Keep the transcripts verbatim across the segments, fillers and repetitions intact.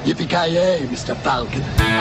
Yippee-ki-yay, mister Falcon.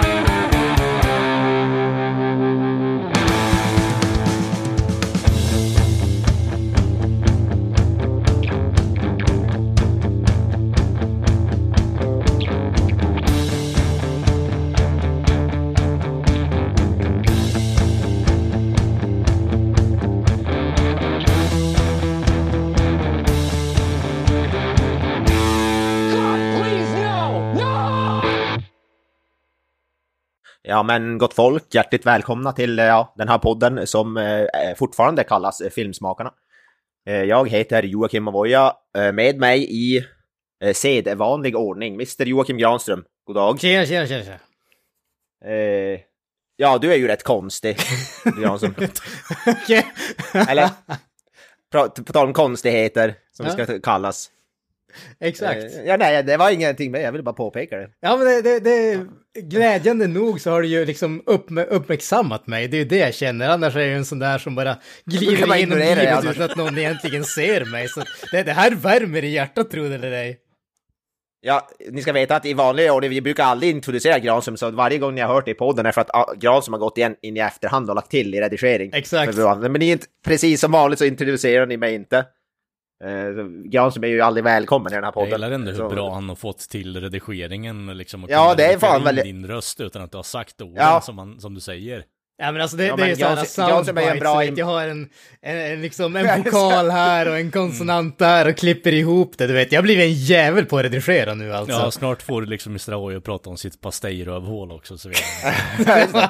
Ja, men gott folk, hjärtligt välkomna till ja, den här podden som eh, fortfarande kallas eh, Filmsmakarna. Eh, jag heter Joakim Avoya, eh, med mig i eh, sedvanlig ordning, mister Joakim Granström. God dag. Tjena, tjena, tjena. tjena. Eh, ja, du är ju rätt konstig, Granström. Okay. Eller, på, på tal om konstigheter, som ja. det ska kallas. Exakt. Eh, ja, nej, det var ingenting med, jag ville bara påpeka det. Ja, men det, det, det glädjande nog så har du ju liksom upp, uppmärksammat mig. Det är ju det jag känner. Annars är jag ju en sån där som bara glider bara igenom ignorera livet det, utan att någon egentligen ser mig. Så det, det här värmer i hjärtat, tror du eller ej. Ja, ni ska veta att i vanliga år, vi brukar aldrig introducera Granström, så varje gång ni har hört det i podden är för att ah, Granström har gått igen in i efterhand och lagt till i redigering. Exakt. Men ni är inte, precis som vanligt så introducerar ni mig inte. Uh, Granström är ju aldrig välkommen i den här podden. Jag gillar ändå hur så... bra han har fått till redigeringen liksom, och ja, det är fan väl väl... din röst utan att du har sagt orden ja. som, man, som du säger. Ja, men alltså det, ja, det men är såhär soundbites, bra... in... jag har en, en, en, liksom en vokal här och en konsonant där och klipper ihop det, du vet. Jag blir en jävel på att redigera nu alltså. Ja, snart får du liksom mister Ahoy prata om sitt pastejrövhål också, så jag,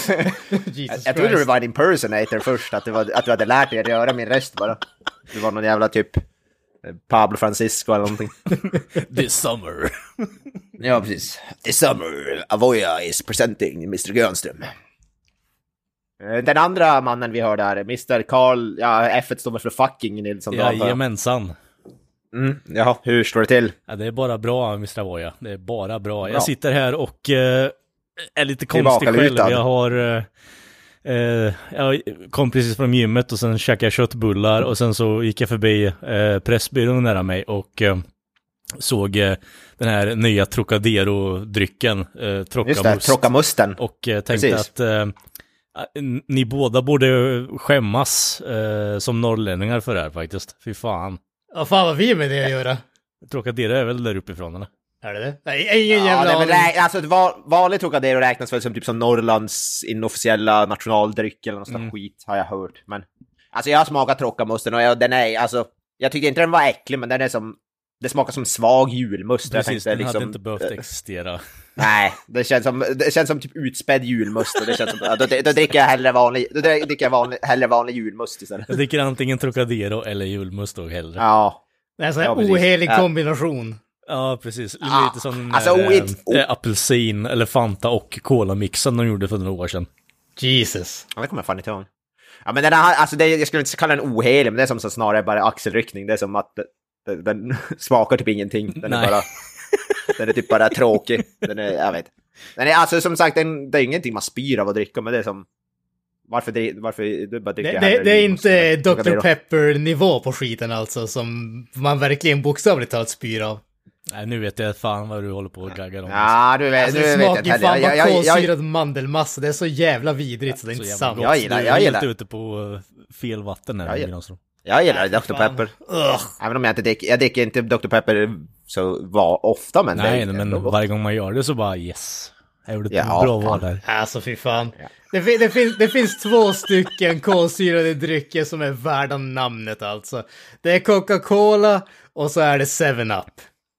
jag trodde du var en impersonator först, att du, var, att du hade lärt dig att göra min röst bara. Du var någon jävla typ Pablo Francisco eller någonting. This summer. Ja, precis. This summer, Avoya is presenting mister Granström. Den andra mannen vi hör där, mister Carl, ja, F står för fucking Nilsson. Jajamensan. Mm, ja, hur står det till? Ja, det är bara bra, mister Avoya. Det är bara bra. bra. Jag sitter här och uh, är lite konstig själv. Jag har... Uh, Uh, jag kom precis från gymmet och sen käkade jag köttbullar och sen så gick jag förbi uh, Pressbyrån nära mig och uh, såg uh, den här nya Trocadero-drycken, uh, Trocamust. Just det, Trocamusten. Och uh, tänkte precis. att uh, ni båda borde skämmas uh, som norrlänningar för det här faktiskt. Fy fan. Ja, fan vad vi med det att göra. Trocadero är väl där uppifrån, eller? Är det det? Nej, ingen ja, jävla nej, men rä- alltså ett va- vanligt Trocadero räknas väl som typ som Norrlands inofficiella nationaldryck eller något sånt mm. skit, har jag hört. Men alltså jag har smakat Trocamusten och jag, den är, alltså jag tyckte inte den var äcklig, men den är som, det smakar som svag julmust. Precis, jag tänkte, den liksom, hade inte behövt existera. Nej, det känns som, det känns som typ utspädd julmust och det känns som, då, då dricker jag hellre vanlig, då dricker jag vanlig, hellre vanlig julmust istället. Jag dricker antingen Trocadero eller julmust då hellre. Ja. Det är en sån här ja, ohelig ja. kombination. Ja, precis. Ah, lite som alltså, äh, it, oh. äh, apelsin, eller Fanta och cola-mixen de gjorde för några år sedan. Jesus. Ja, det kommer jag fan inte ihåg. Ja, men den här, alltså det, jag skulle inte kalla den ohelig, men det är som så snarare bara axelryckning. Det är som att den, den smakar typ ingenting. Den Nej. är bara, den är typ bara tråkig. Den är, jag vet. Den är, alltså som sagt, den, det är ingenting man spyr av att dricka, men det är som... Varför, varför du bara dricker det, det, det är inte doktor Pepper-nivå på skiten alltså, som man verkligen bokstavligt talat spyr av. Nej, nu vet jag fan vad du håller på att gagga om. Ja, du vet, alltså, nu det vet smakar jag fan jag, jag, kolsyrad mandelmassa. Det är så jävla vidrigt så det är inte sant. Jag gillar, jag du är gillar. helt ute på fel vatten här. Jag gillar, jag gillar doktor Pepper. Ugh. Även om jag inte dricker, jag dricker inte doktor Pepper så var ofta, men... Nej, det, men varje gång man gör det så bara yes. Jag gjorde ett ja, bra val där. Alltså fy fan. Ja. Det, det, finns, det finns två stycken kolsyrade drycker som är värda namnet alltså. Det är Coca-Cola och så är det seven up.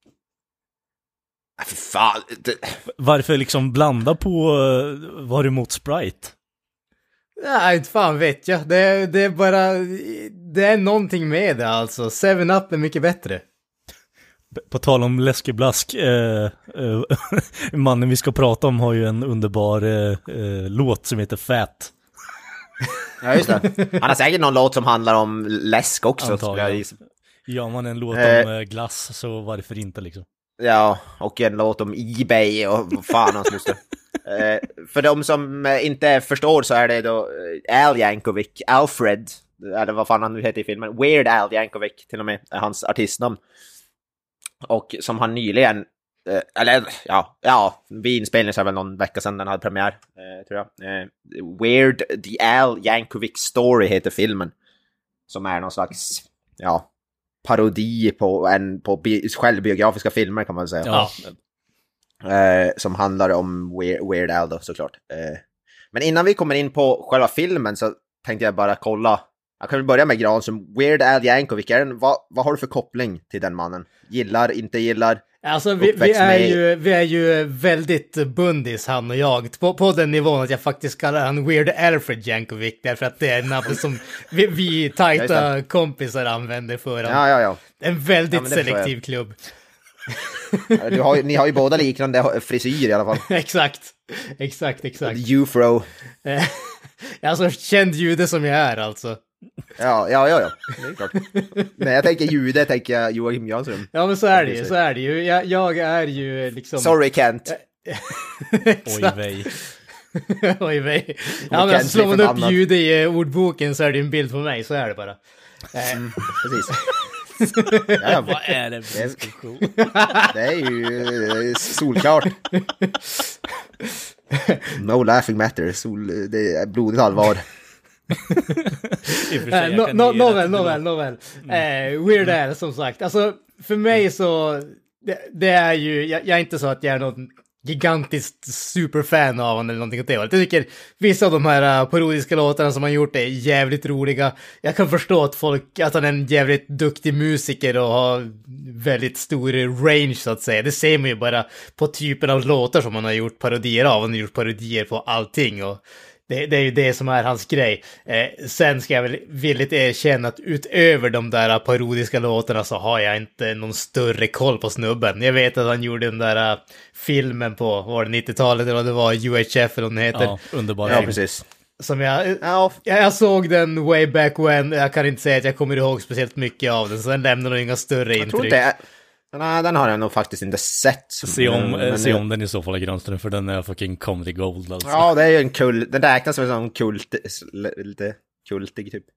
Ja, för fan. Det... Varför liksom blanda på uh, var emot Sprite? Nej, inte fan vet jag. Det, det är bara... Det är någonting med det alltså. seven up är mycket bättre. På tal om läskeblask, eh, eh, mannen vi ska prata om har ju en underbar eh, eh, låt som heter Fat. Ja, just det. Han har säkert någon låt som handlar om läsk också. Antagligen. Gör man en låt eh, om glass så varför inte liksom? Ja, och en låt om eBay och vad fan hans moster. eh, för de som inte förstår så är det då Al Yankovic, Alfred, eller vad fan han nu heter i filmen, Weird Al Yankovic till och med är hans artistnamn. Och som han nyligen eh, eller ja, ja, vid inspelningen så är det väl någon vecka sedan den hade premiär, eh, tror jag. Eh, Weird the Al Yankovic Story heter filmen. Som är någon slags, ja, parodi på, en, på bi- självbiografiska filmer kan man säga. Ja. Eh, som handlar om Weird, Weird Al då, såklart. Eh, men innan vi kommer in på själva filmen så tänkte jag bara kolla. Jag kan väl börja med Gran som Weird Al Yankovic. Är den, vad, vad har du för koppling till den mannen? Gillar, inte gillar? Alltså vi, vi, är ju, vi är ju väldigt bundis han och jag på, på den nivån att jag faktiskt kallar han Weird Alfred Yankovic därför att det är namnet som vi, vi tajta kompisar använder för han. Ja, ja, ja. En väldigt ja, älektiv klubb. Du har, ni har ju båda liknande frisyr i alla fall. Exakt, exakt, exakt. Ufro. Alltså känd jude som jag är alltså. Ja, ja, ja, ja. Det är klart. Nej, jag tänker jude, tänker jag Joakim Jansson. Ja, men så är det ju, så är det ju. Jag, jag är ju liksom... Sorry, Kent. Oj, vej. Oj, vej. Ja, men alltså, slår man upp jude i ordboken så är det en bild på mig, så är det bara. Mm, precis. Ja, vad är det för diskussion? Det är ju solklart. No laughing matter. Sol, det är blodigt allvar. eh, no, no, Nåväl, nåväl, nåväl. Eh, Weird Al, som sagt. Alltså, för mig så... Det, det är ju... Jag, jag är inte så att jag är någon gigantiskt superfan av honom eller någonting åt det. Jag tycker vissa av de här uh, parodiska låtarna som han gjort är jävligt roliga. Jag kan förstå att folk, att han är en jävligt duktig musiker och har väldigt stor range så att säga. Det ser man ju bara på typen av låtar som han har gjort parodier av. Han har gjort parodier på allting och det, det är ju det som är hans grej. Eh, sen ska jag väl villigt erkänna att utöver de där parodiska låtarna så har jag inte någon större koll på snubben. Jag vet att han gjorde den där uh, filmen på, var det nittiotalet eller det var U H F eller vad den heter. Ja, underbart. Ja, precis. Som jag, ja, jag såg den way back when. Jag kan inte säga att jag kommer ihåg speciellt mycket av den, så den lämnar nog inga större jag intryck. Tror inte, nej, den har jag nog faktiskt inte sett. Se om, men, se om den i så fall, Granström, för den är fucking comedy gold alltså. Ja, det är ju en kul, den räknas som en sån kult, lite kultig typ.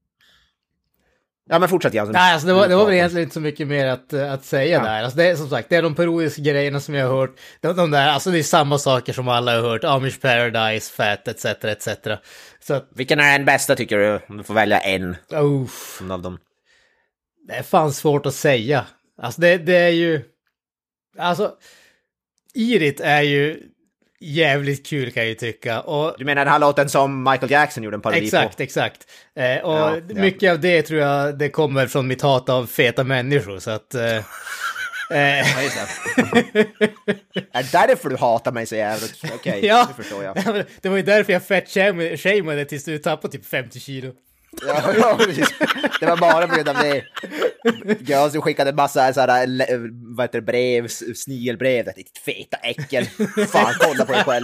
Ja, men fortsätt Jansson. Nej, alltså det var, det var väl egentligen inte så mycket mer att, att säga ja. där. Alltså det är som sagt, det är de parodiska grejerna som jag har hört. De, de där, alltså det är samma saker som alla har hört. Amish Paradise, Fat, et cetera et cetera. Så att, vilken är den bästa tycker du? Om du får välja en. Oh, av dem. Det är fan svårt att säga. Alltså det, det är ju... Alltså, Irit är ju jävligt kul kan jag ju tycka. Och, du menar den här låten som Michael Jackson gjorde en parodi exakt, på? Exakt, exakt. Eh, och ja, mycket ja. av det tror jag, det kommer från mitt hat av feta människor, så att... Eh, eh. Ja, just det. Är det därför du hatar mig så jävligt? Okej, okay, ja, det förstår jag. Det var ju därför jag fett-shameade tills du tappade typ femtio kilo. Ja, ja, precis. Det var bara på grund av det. Jag som skickade en massa såhär, vad heter det, brev, snigelbrev. Det är ett feta äckel. Fan, kolla på dig själv.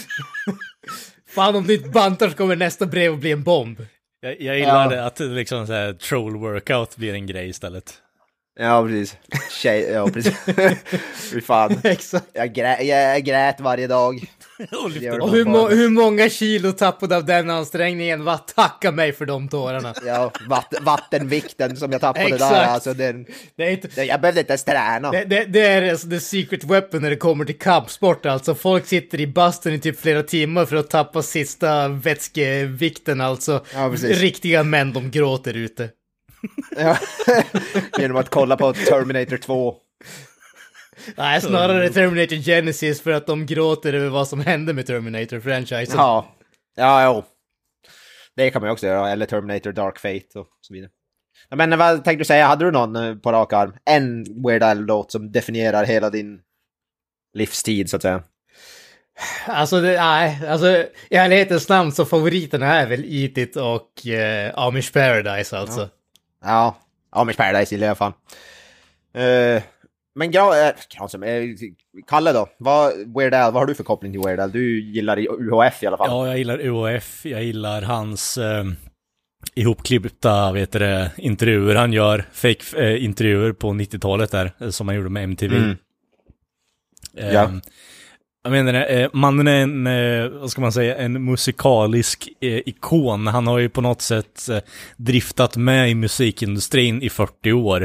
Fan, om ditt bantar så kommer nästa brev att bli en bomb. Jag, jag gillar ja. det, att liksom så här, troll workout blir en grej istället. Ja, precis. Tjej, ja, precis. Fy fan. Exakt. Jag, grä, jag grät varje dag. Och hur, må, hur många kilo tappade av den ansträngningen? Vad tacka mig för de tårarna. Ja, vatt, vattenvikten som jag tappade exakt. där. Alltså, den, det är inte, det, jag behövde inte ens träna. Det, det, det är alltså the secret weapon när det kommer till kampsport. Alltså folk sitter i bastun i typ flera timmar för att tappa sista vätskevikten. Alltså ja, riktiga män, de gråter ute. Ja. Genom att kolla på Terminator två. Nej, snarare Terminator Genesis, för att de gråter över vad som hände med Terminator-franchisen. Ja, ja, ja. Det kan man ju också göra. Eller Terminator Dark Fate och så vidare. Men vad tänkte du säga? Hade du någon på rak arm? En Weird Al-låt som definierar hela din livstid, så att säga? Alltså, det, nej. Alltså, i ärlighetens namn så favoriterna är väl Eat It och eh, Amish Paradise, alltså. Ja, ja. Amish Paradise gillar jag fan. Uh, men gra- äh, Kalle då, vad, Weird Al, vad har du för koppling till Weird Al? Du gillar U H F i alla fall. Ja, jag gillar U H F, jag gillar hans eh, ihopklippta, vet du, intervjuer han gör, fake eh, intervjuer på nittiotalet där, som han gjorde med M T V. Mm. Eh, ja. Jag menar, eh, mannen är en, eh, vad ska man säga, en musikalisk eh, ikon. Han har ju på något sätt eh, driftat med i musikindustrin i fyrtio år.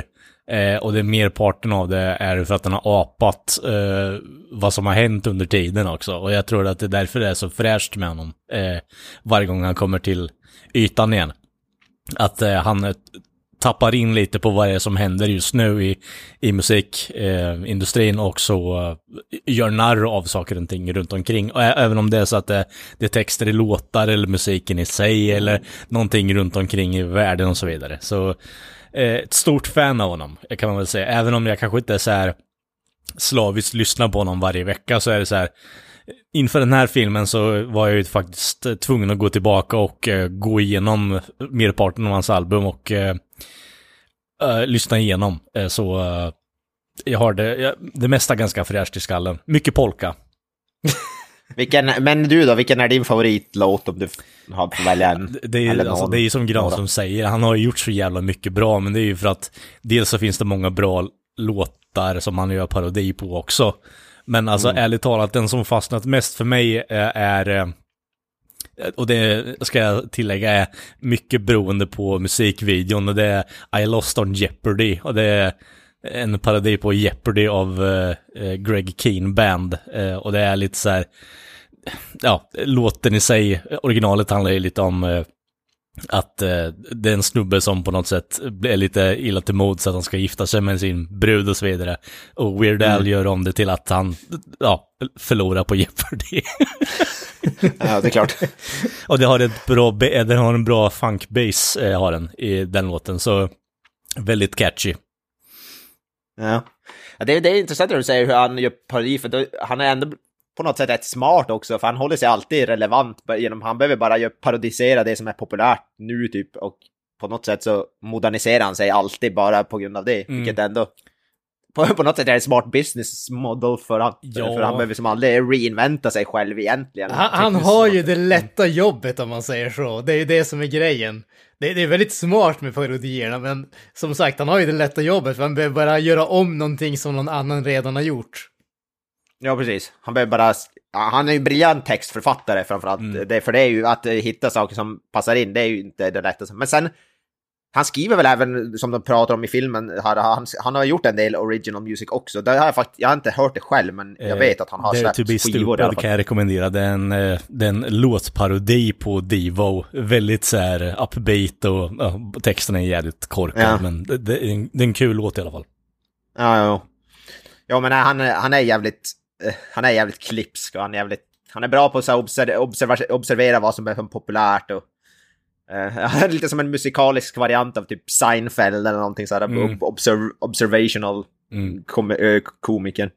Eh, och det är merparten av det är för att den har apat eh, vad som har hänt under tiden också. Och jag tror att det är därför det är så fräscht med honom eh, varje gång han kommer till ytan igen. Att eh, han eh, tappar in lite på vad det är som händer just nu i, i musikindustrin eh, och så eh, gör narr av saker och ting runt omkring. Och även om det är så att det, det är texter i låtar eller musiken i sig eller någonting runt omkring i världen och så vidare. Så eh, ett stort fan av honom kan man väl säga. Även om jag kanske inte är så här slaviskt lyssnar på honom varje vecka, så är det så här. Inför den här filmen så var jag ju faktiskt tvungen att gå tillbaka och uh, gå igenom merparten av hans album och uh, uh, lyssna igenom. Uh, så uh, jag har det, jag, det mesta ganska fräscht i skallen. Mycket polka. vilken, men du då, vilken är din favoritlåt om du har på välja en? Det är, alltså, det är ju som Gran som säger, han har ju gjort så jävla mycket bra, men det är ju för att dels så finns det många bra låtar som han gör parodi på också. Men alltså mm. ärligt talat, den som fastnat mest för mig är, är, och det ska jag tillägga, är mycket beroende på musikvideon, och det är I Lost on Jeopardy, och det är en parodi på Jeopardy av uh, Greg Kihn Band, uh, och det är lite så här, ja, låten i sig, originalet handlar ju lite om uh, att eh, det är en snubbe som på något sätt blir lite illa till mod så att han ska gifta sig med sin brud och så vidare. Och Weird Al mm. gör om det till att han ja, förlorar på Jeopardy. Ja, det är klart. Och det har, ett bra, det har en bra funk-bass eh, har den i den låten, så väldigt catchy. Ja, ja det, det är intressant att du säger hur han gör parodi, för då, han är ändå på något sätt rätt smart också, för han håller sig alltid relevant genom, han behöver bara göra, parodisera det som är populärt nu typ, och på något sätt så moderniserar han sig alltid bara på grund av det, mm. vilket ändå på, på något sätt är en smart business model för han, ja. För han behöver som aldrig reinventa sig själv egentligen. Han, han har ju det lätta jobbet om man säger så, det är ju det som är grejen. Det, det är väldigt smart med parodierna, men som sagt, han har ju det lätta jobbet, för han behöver bara göra om någonting som någon annan redan har gjort. Ja, precis. Han behöver bara... Han är ju en briljant textförfattare framförallt. Mm. Det, för det är ju att hitta saker som passar in, det är ju inte det lättaste. Men sen, han skriver väl även, som de pratar om i filmen, han, han har gjort en del original music också. Det har jag, faktiskt, jag har inte hört det själv, men jag vet att han har släppt skivor. Stupid, det kan jag rekommendera. Det är en, den låtparodi på Devo. Väldigt så här upbeat, och ja, texten är jävligt korkad, ja. Men det, det, är en, det är en kul låt i alla fall. Ja, ja. Ja, men han, han är jävligt... Han är jävligt klipsk, och han är jävligt, han är bra på att observera, observera, observera vad som är populärt, och uh, lite som en musikalisk variant av typ Seinfeld eller någonting sådär, mm. observ, observational mm. kom, uh, komiker.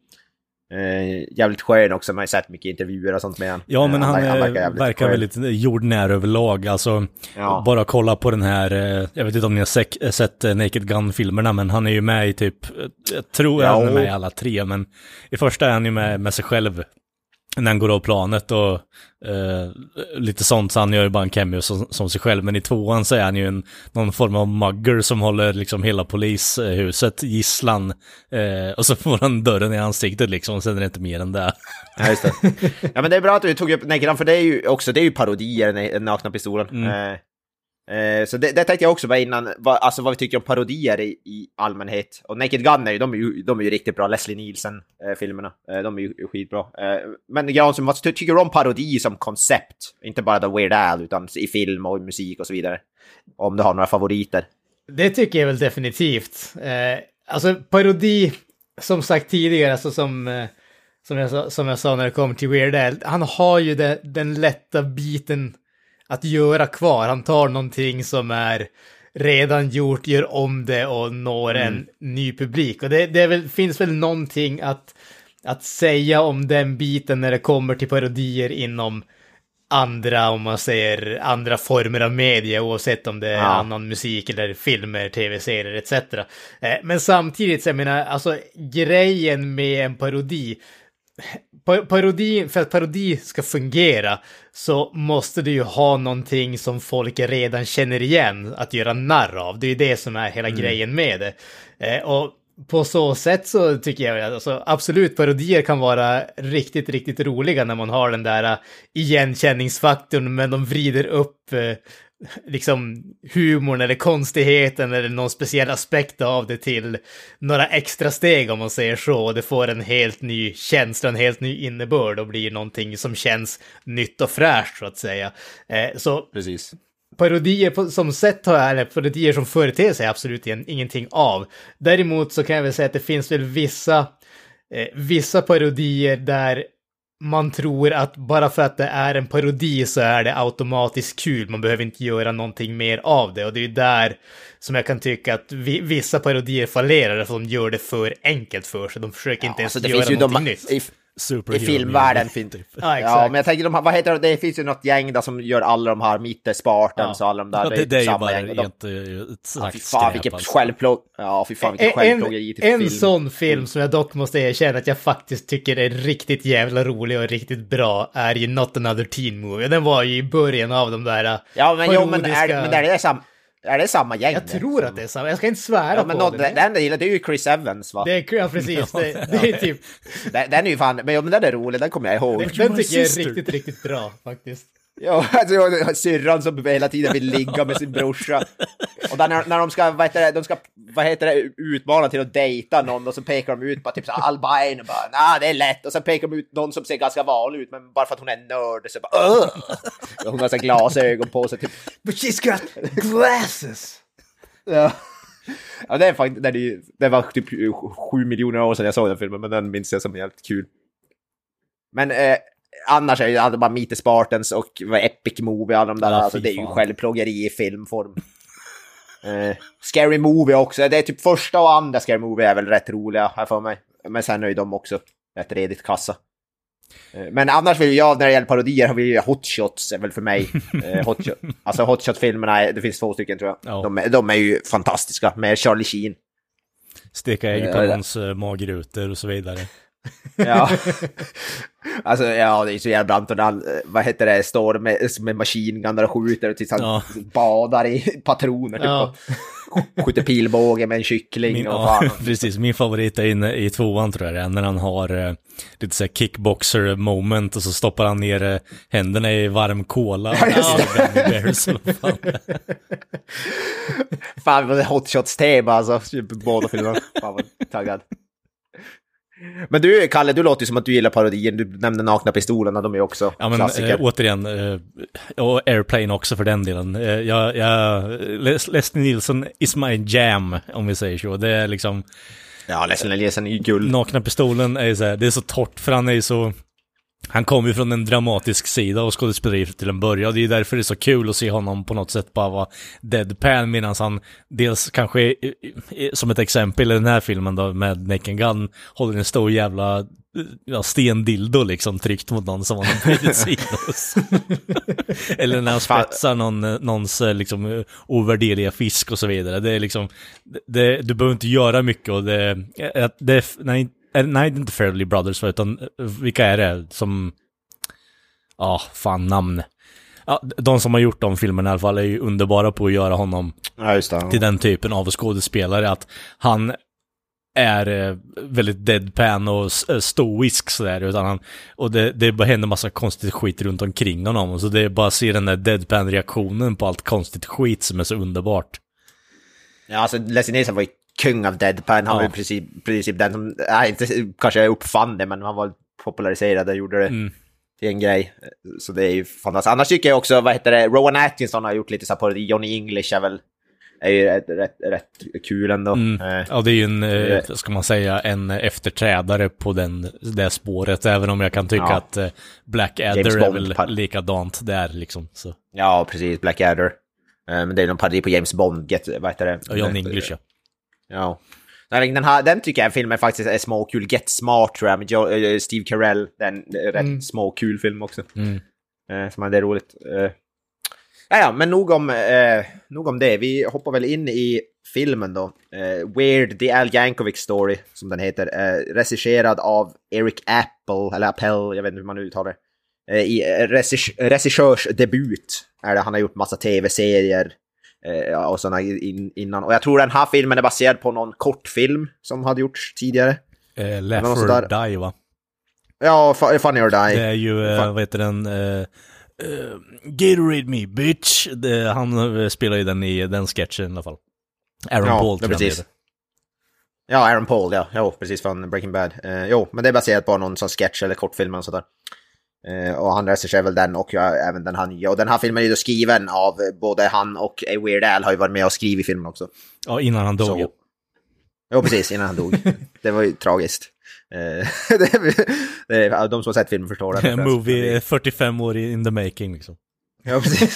Uh, jävligt skön också, man har sett mycket intervjuer och sånt med han. Ja, men uh, han, han, han verkar, verkar väldigt jordnära överlag, alltså ja. Bara kolla på den här, uh, jag vet inte om ni har sett, sett uh, Naked Gun-filmerna, men han är ju med i typ, jag tror ja. Han är med i alla tre, men i första är han ju med, med sig själv när han går av planet och uh, lite sånt, så han gör ju bara en cameo som, som sig själv, men i tvåan så är han ju en, någon form av mugger som håller liksom hela polishuset gisslan, uh, och så får han dörren i ansiktet liksom, och sen är det inte mer än det. Ja, just det. Ja, men det är bra att du tog upp Naked, för det är ju också, det är ju parodier, den nakna pistolen. Mm. Uh, uh, så det, det tänkte jag också bara innan, vad, alltså vad vi tycker om parodier i, i allmänhet. Och Naked Gun är ju, de är ju, de är ju riktigt bra, Leslie Nielsen-filmerna, uh, uh, de är ju skitbra. Uh, men Granström, vad tycker du om parodi som koncept? Inte bara The Weird Al, utan i film och musik och så vidare. Om du har några favoriter. Det tycker jag väl definitivt. Uh, alltså parodi, som sagt tidigare, alltså som... Uh... Som jag, som jag sa när det kommer till Weird Al, han har ju det, den lätta biten att göra kvar. Han tar någonting som är redan gjort, gör om det och når en mm. ny publik. Och det, det är väl, finns väl någonting att, att säga om den biten när det kommer till parodier inom andra, om man säger andra former av media, oavsett om det är ja. Annan musik eller filmer, tv-serier et cetera. Men samtidigt, så jag menar, alltså grejen med en parodi, parodi, för att parodi ska fungera så måste du ju ha någonting som folk redan känner igen att göra narr av. Det är ju det som är hela mm. grejen med det. Eh, och på så sätt så tycker jag alltså, absolut, parodier kan vara riktigt, riktigt roliga när man har den där igenkänningsfaktorn, men de vrider upp eh, liksom humorn eller konstigheten eller någon speciell aspekt av det till några extra steg om man säger så, och det får en helt ny känsla, en helt ny innebörd och blir någonting som känns nytt och fräscht så att säga. Eh, så Precis. Parodier på, som sett har jag, eller parodier som företeelse är absolut in, ingenting av. Däremot så kan jag väl säga att det finns väl vissa eh, vissa parodier där man tror att bara för att det är en parodi så är det automatiskt kul. Man behöver inte göra någonting mer av det. Och det är ju där som jag kan tycka att vi, vissa parodier fallerar för att de gör det för enkelt för sig. De försöker inte ja, ens alltså göra någonting de, nytt. I, i filmvärlden finns det. Ja, ja, men jag tänker, de, vad heter det? Det finns ju något gäng där som gör alla de här Mitte Spartans ja. och alla de där. Ja, det, det är ju bara gäng. Rent, de, ja, fy fan, vilket alltså. självplåg. Ja, fy fan, vilket en, självplågeri till en film. sån film som jag dock måste erkänna att jag faktiskt tycker är riktigt jävla rolig och riktigt bra är ju Not Another Teen Movie. Den var ju i början av de där ja, men, jo, men, är, men är det samma? Är det samma gäng? Jag tror att det är samma. Jag ska inte svära ja, men på no, det. Den, den är, det är ju Chris Evans, va? Det är, ja, precis. Det, det är typ... den, den är ju fan... Men, ja, men den är rolig, den kommer jag ihåg. Den, den tycker jag är riktigt, riktigt bra, faktiskt. Ja, alltså syrran som hela tiden vill ligga med sin brorsa. Och där när, när de ska, vad heter det, de ska, vad heter det, utmana till att dejta någon och så pekar de ut på typ så albino och bara, nah, det är lätt. Och så pekar de ut någon som ser ganska vanlig ut, men bara för att hon är nörd så bara, uh! Hon har så glasögon på sig typ. But she's got glasses! Ja. Ja, det är faktiskt, det, är, det var typ sju miljoner år sedan jag såg den filmen, men den minns jag som jävligt kul. Men eh, annars är det ju bara Meet the Spartans och Epic Movie, alla de där, ja, alltså, det är ju självplågeri i filmform. eh, Scary Movie också, det är typ första och andra Scary Movie är väl rätt roliga här för mig. Men sen är ju de också rätt redigt kassa. Men annars vill jag, när det gäller parodier, har vi Hot Shots är väl för mig. Hot Shot. Alltså Hot Shot-filmerna, det finns två stycken tror jag. Ja. De, de är ju fantastiska med Charlie Sheen. Steka ägg på någons uh, magrutor och så vidare. Ja. Alltså ja, det är så jävla brant och all, vad heter det, står med, med machine gun och skjuter och tills han ja. badar i patroner typ, ja. och skjuter pilbåge med en kyckling min, och ja, precis, min favorit är inne i tvåan tror jag det är, när han har uh, lite så här kickboxer moment och så stoppar han ner uh, händerna i varm cola. Ja, just det. Bears, fan. Fan, det är Hot Shots tema alltså, båda filmerna. Fan vad taggad. Men du, Kalle, du låter ju som att du gillar parodien. Du nämnde Nakna pistolerna, de är också ja, men, klassiker. Äh, återigen, äh, och Airplane också för den delen. Äh, jag, jag, Les- Leslie Nielsen is my jam, om vi säger så. Det är liksom... Ja, Leslie Nielsen är ju guld. Nakna pistolen är så här, det är så torrt för han är ju så... Han kommer ju från en dramatisk sida och skådespeleriet till en början. Det är därför det är så kul att se honom på något sätt bara vara deadpan, medan han dels kanske, som ett exempel i den här filmen då, med Naked Gun, håller en stor jävla ja, stendildo liksom tryckt mot någon som han har blivit sidos. Eller när han spetsar någon, någons liksom ovärderliga fisk och så vidare. Det är liksom, det, du behöver inte göra mycket och det, det nej, nej, det är inte Fairly Brothers, utan vilka är det som... Ja, ah, fan namn. Ja, de som har gjort de filmerna i alla fall är ju underbara på att göra honom ja, just det. till den typen av skådespelare. Att han är väldigt deadpan och stoisk sådär, utan han, och det, det bara händer massa konstigt skit runt omkring honom. Och så det är bara att se den där deadpan-reaktionen på allt konstigt skit som är så underbart. Ja, alltså Leslie Nielsen var ju kung av deadpan. Han ja. var i princip, princip den som, nej, inte kanske jag uppfann det, men han var populariserad och gjorde det mm. till en grej. Så det är ju fantastiskt. Annars tycker jag också, vad heter det, Rowan Atkinson har gjort lite så här parodi. Johnny English är väl är ju rätt, rätt, rätt kul ändå. Mm. Eh, ja, det är ju en, eh, ska man säga, en efterträdare på den, det spåret, även om jag kan tycka ja. att eh, Blackadder är väl par- likadant där liksom. Så. Ja, precis, Blackadder. Eh, men det är någon parodi på James Bond, get, vad heter det? Och Johnny English, ja. Ja. Den, här, den tycker jag filmen faktiskt är småkul. Get Smart tror jag med Joe, uh, Steve Carell. Den är rätt mm. småkul film också. Mm. Uh, som är det roligt. Uh, ja, ja, men nog om, uh, nog om det. Vi hoppar väl in i filmen då. Uh, Weird, The Al Yankovic Story, som den heter. Uh, regisserad av Eric Apple, eller Appel, jag vet inte hur man uttalar det. Uh, I uh, regissörs debut är det. Han har gjort massa tv-serier. Eh, och såna in, innan. Och jag tror den här filmen är baserad på någon kortfilm som hade gjorts tidigare. Eh, Laugh or Die, va? Ja, Funny or Die. Det är ju, eh, vad heter den? Eh, Uh, Gatorade me, bitch. Det, han spelar ju den i den sketchen i alla fall. Aaron ja, Paul tror jag precis. Ja, Aaron Paul, ja. Jo, precis, från Breaking Bad. Uh, jo, men det är baserat på någon sån sketch eller kortfilm och sådär. Uh, och han regisserar väl den och ja, även den här nya. Och den här filmen är ju då skriven av både han och Weird Al har ju varit med och skrivit filmen också. Ja, innan han dog. Så, jo, precis, innan han dog. Det var ju tragiskt. Uh, det, det, de som har sett filmen förstår det. Movie fyrtiofem år in the making liksom. Ja, precis.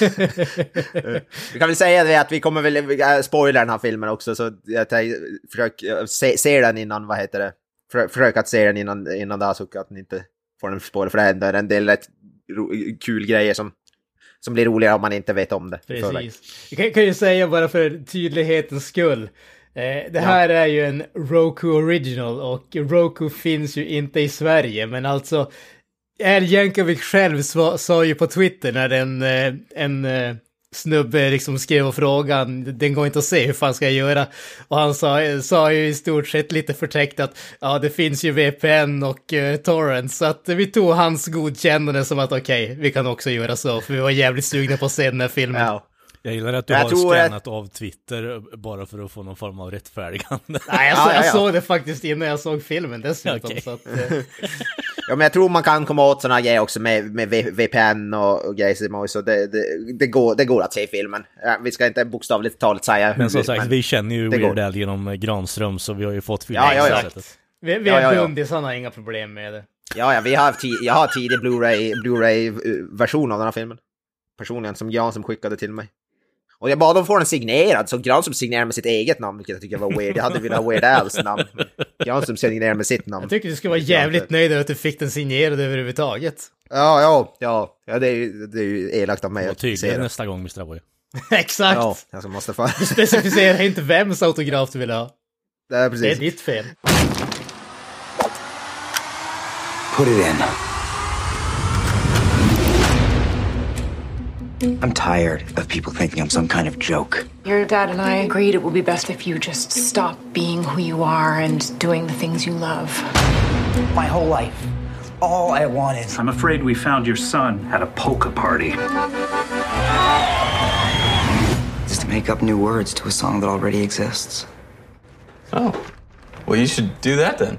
Vi kan väl säga det att vi kommer väl spoila den här filmen också, så jag försök se, se den innan, vad heter det? För, försök att se den innan, innan det, så att ni inte får en spoiler, för det händer en del rätt ro, kul grejer som, som blir roligare om man inte vet om det. Precis. Jag kan, kan ju säga bara för tydlighetens skull. Eh, det här ja. är ju en Roku original och Roku finns ju inte i Sverige, men alltså Al Yankovic själv sa, sa ju på Twitter när en, en, en snubbe liksom skrev frågan, den går inte att se, hur fan ska jag göra? Och han sa, sa ju i stort sett lite förtäckt att ja, det finns ju V P N och uh, torrents, så att vi tog hans godkännande som att okej, okay, vi kan också göra så, för vi var jävligt sugna på att se den här filmen. Ja. Jag gillar att du jag har skannat att... av Twitter bara för att få någon form av rättfärdigande. Nej, jag, så, ja, ja, ja. jag såg det faktiskt innan jag såg filmen dessutom. Okay. Så att, eh. Ja, men jag tror man kan komma åt sådana grejer också med, med V P N och, och grejer. Så det, det, det, går, det går att se filmen. Ja, vi ska inte bokstavligt talat säga. Men som sagt, men vi känner ju Weird Al genom Granström, så vi har ju fått filmen. Ja, ja, ja. Vi, vi är ja, ja, bundisar, har inga problem med det. Ja, ja, vi har t- jag har tidig Blu-ray, Blu-ray-version av den här filmen. Personligen, som Jan som skickade till mig. Och jag bad dem få den signerad, så Granström signerade med sitt eget namn, vilket jag tycker var weird. Jag hade velat ha Weird Al's namn. Granström signerade med sitt namn. Jag tycker du ska vara jävligt nöjd att du fick den signerad överhuvudtaget. Ja, ja, ja. ja det, är ju, det är ju elakt av mig att tydligen nästa gång, mister Boy. Exakt. Ja, alltså måste fan... Du specificerar inte vems autograf du vill ha. Det är, precis. Det är ditt fel. Put it in. I'm tired of people thinking I'm some kind of joke. Your dad and I agreed it would be best if you just stop being who you are and doing the things you love. My whole life, all I wanted. I'm afraid we found your son at a polka party. Just to make up new words to a song that already exists. Oh, well, you should do that then.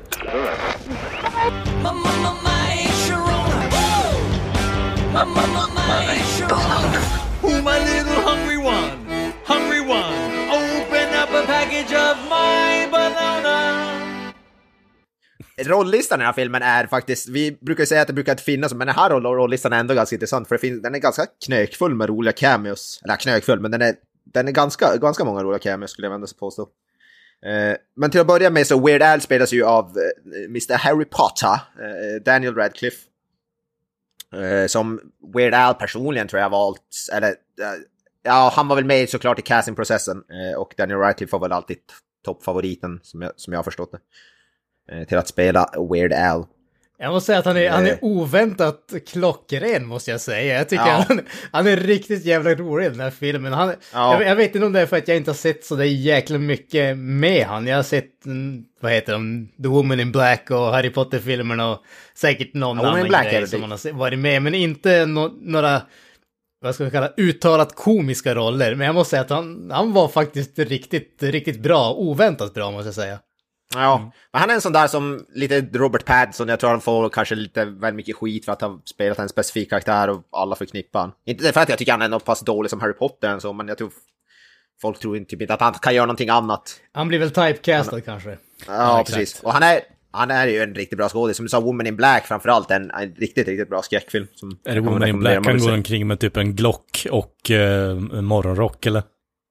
Who my little hungry one, hungry one, open up a package of my banana. Rolllistan i den här filmen är faktiskt, vi brukar säga att det brukar inte finnas, men den här roll- rolllistan är ändå ganska intressant, för det finns, den är ganska knökfull med roliga cameos, eller knökfull, men den är, den är ganska, ganska många roliga cameos skulle jag vända sig påstå. Uh, men till att börja med så Weird Al spelas ju av uh, mister Harry Potter, uh, Daniel Radcliffe. Uh, som Weird Al personligen tror jag valt, eller uh, ja, han var väl med såklart i castingprocessen, uh, och Daniel Radcliffe var väl alltid toppfavoriten som jag, som jag har förstått det, uh, till att spela Weird Al. Jag måste säga att han är, uh, han är oväntat klockren, måste jag säga. Jag tycker ja. han, han är riktigt jävla rolig i den här filmen. Han, ja. jag, jag vet inte om det är för att jag inte har sett så där jäkla mycket med han. Jag har sett, vad heter de, The Woman in Black och Harry Potter-filmerna och säkert någon ja, annan grej som han har varit med. Men inte no, några, vad ska vi kalla, uttalat komiska roller. Men jag måste säga att han, han var faktiskt riktigt, riktigt bra, oväntat bra måste jag säga. Ja, mm. men han är en sån där som lite Robert Pattinson. Jag tror han får kanske lite väl mycket skit för att ha spelat en specifik karaktär och alla förknippar han. Inte för att jag tycker han är något pass dålig som Harry Potter och så, men jag tror folk tror inte typ att han kan göra någonting annat. Han blir väl typecastad han, kanske. Ja, ja precis. Och han är, han är ju en riktigt bra skådis. Som du sa, Woman in Black framförallt, en, en riktigt, riktigt bra skräckfilm. Som är det Woman in Black? Han går omkring med typ en Glock och uh, en morgonrock, eller?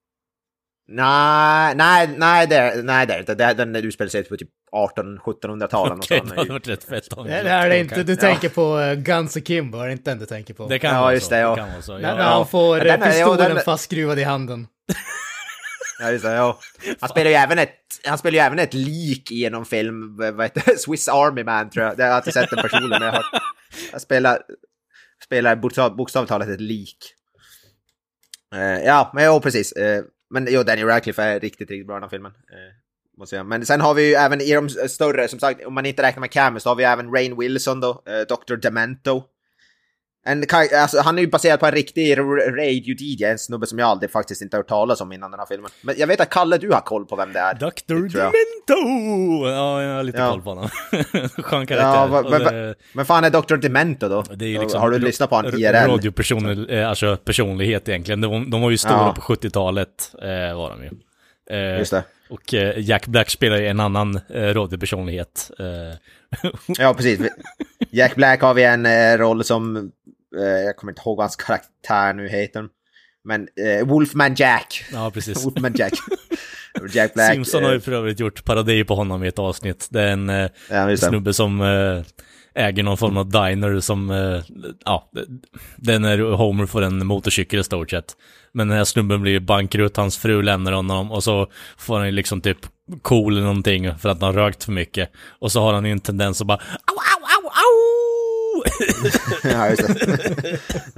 Nej, nej, nej, det, nej, det är inte. Den utspelar sig på typ arton sjuttonhundratalen. Okej, okay, det hade varit rätt fett. Det är det inte. Du tänker ja. på uh, Guns Akimbo, är det inte den du tänker på? Det kan ja, vara just så. Det, ja. Det kan vara så. Ja. När, när han får ja, den, pistolen ja, den... fastskruvad i handen. Ja, just det, ja. Han spelar ju även ett, han spelar ju även ett lik i någon film, vad heter det? Swiss Army Man, tror jag. Jag har inte sett den personen, men jag har... Jag spelar, spelar bokstav, bokstavligt talat ett lik. Uh, ja, men jo, precis. Uh, Men jo, Daniel Radcliffe är riktigt, riktigt bra i den här filmen. Eh, måste jag. Men sen har vi ju även i de större, som sagt, om man inte räknar med cameos, så har vi även Rainn Wilson då, eh, doktor Demento. En, alltså, han är ju baserad på en riktig radio D J, en snubbe som jag aldrig faktiskt inte har hört talas om innan den här filmen. Men jag vet att Kalle, du har koll på vem det är. doktor Demento! Ja, jag har lite ja. koll på honom. Skön karaktär. Ja, va, va, det... Men fan är doktor Demento då? Det är liksom, har du lyssnat på han I R L? Radioperson, alltså personlighet egentligen. De, de var ju stora ja. på sjuttiotalet, eh, var de ju. Eh, Just det. Och eh, Jack Black spelar ju en annan eh, radiopersonlighet. Eh. Ja, precis. Jack Black har vi en eh, roll som... Jag kommer inte ihåg vad hans karaktär nu heter. Men uh, Wolfman Jack. Ja, precis. Wolfman Jack. Jack Black. Simpson uh, har ju för övrigt gjort parodi på honom i ett avsnitt. Det är en uh, ja, snubbe som uh, äger någon form av diner som... Uh, ja, den är Homer för en motorcykel i stort sett. Men den här snubben blir bankrutt, hans fru lämnar honom och så får han ju liksom typ cool eller någonting för att han har rökt för mycket. Och så har han ju en tendens att bara... Au, au, au, au! Ja, just det.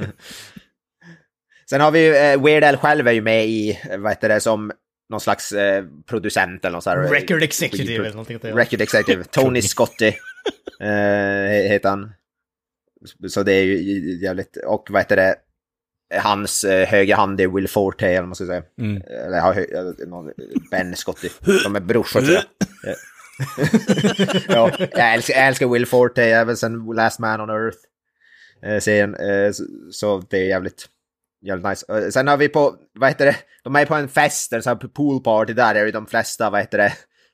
Sen har vi eh, Weird Al själv är ju med i, vad heter det, som någon slags eh, producent eller något så här. Record executive eller någonting. Record executive. Tony Scotti eh, heter han. Så det är ju jävligt, och vad heter det, hans eh, högra hand är Will Forte eller vad man ska säga. Mm. Eller har någon Ben Scotti. De är brorsor tror jag. Ja, jag älskar, jag älskar Will Forte även sen Last Man on Earth eh, serien, eh, så, så det är jävligt jävligt nice. Eh, sen har vi på, vad heter det, de är på en fest, en sån här pool party, där är ju de flesta, vad heter det,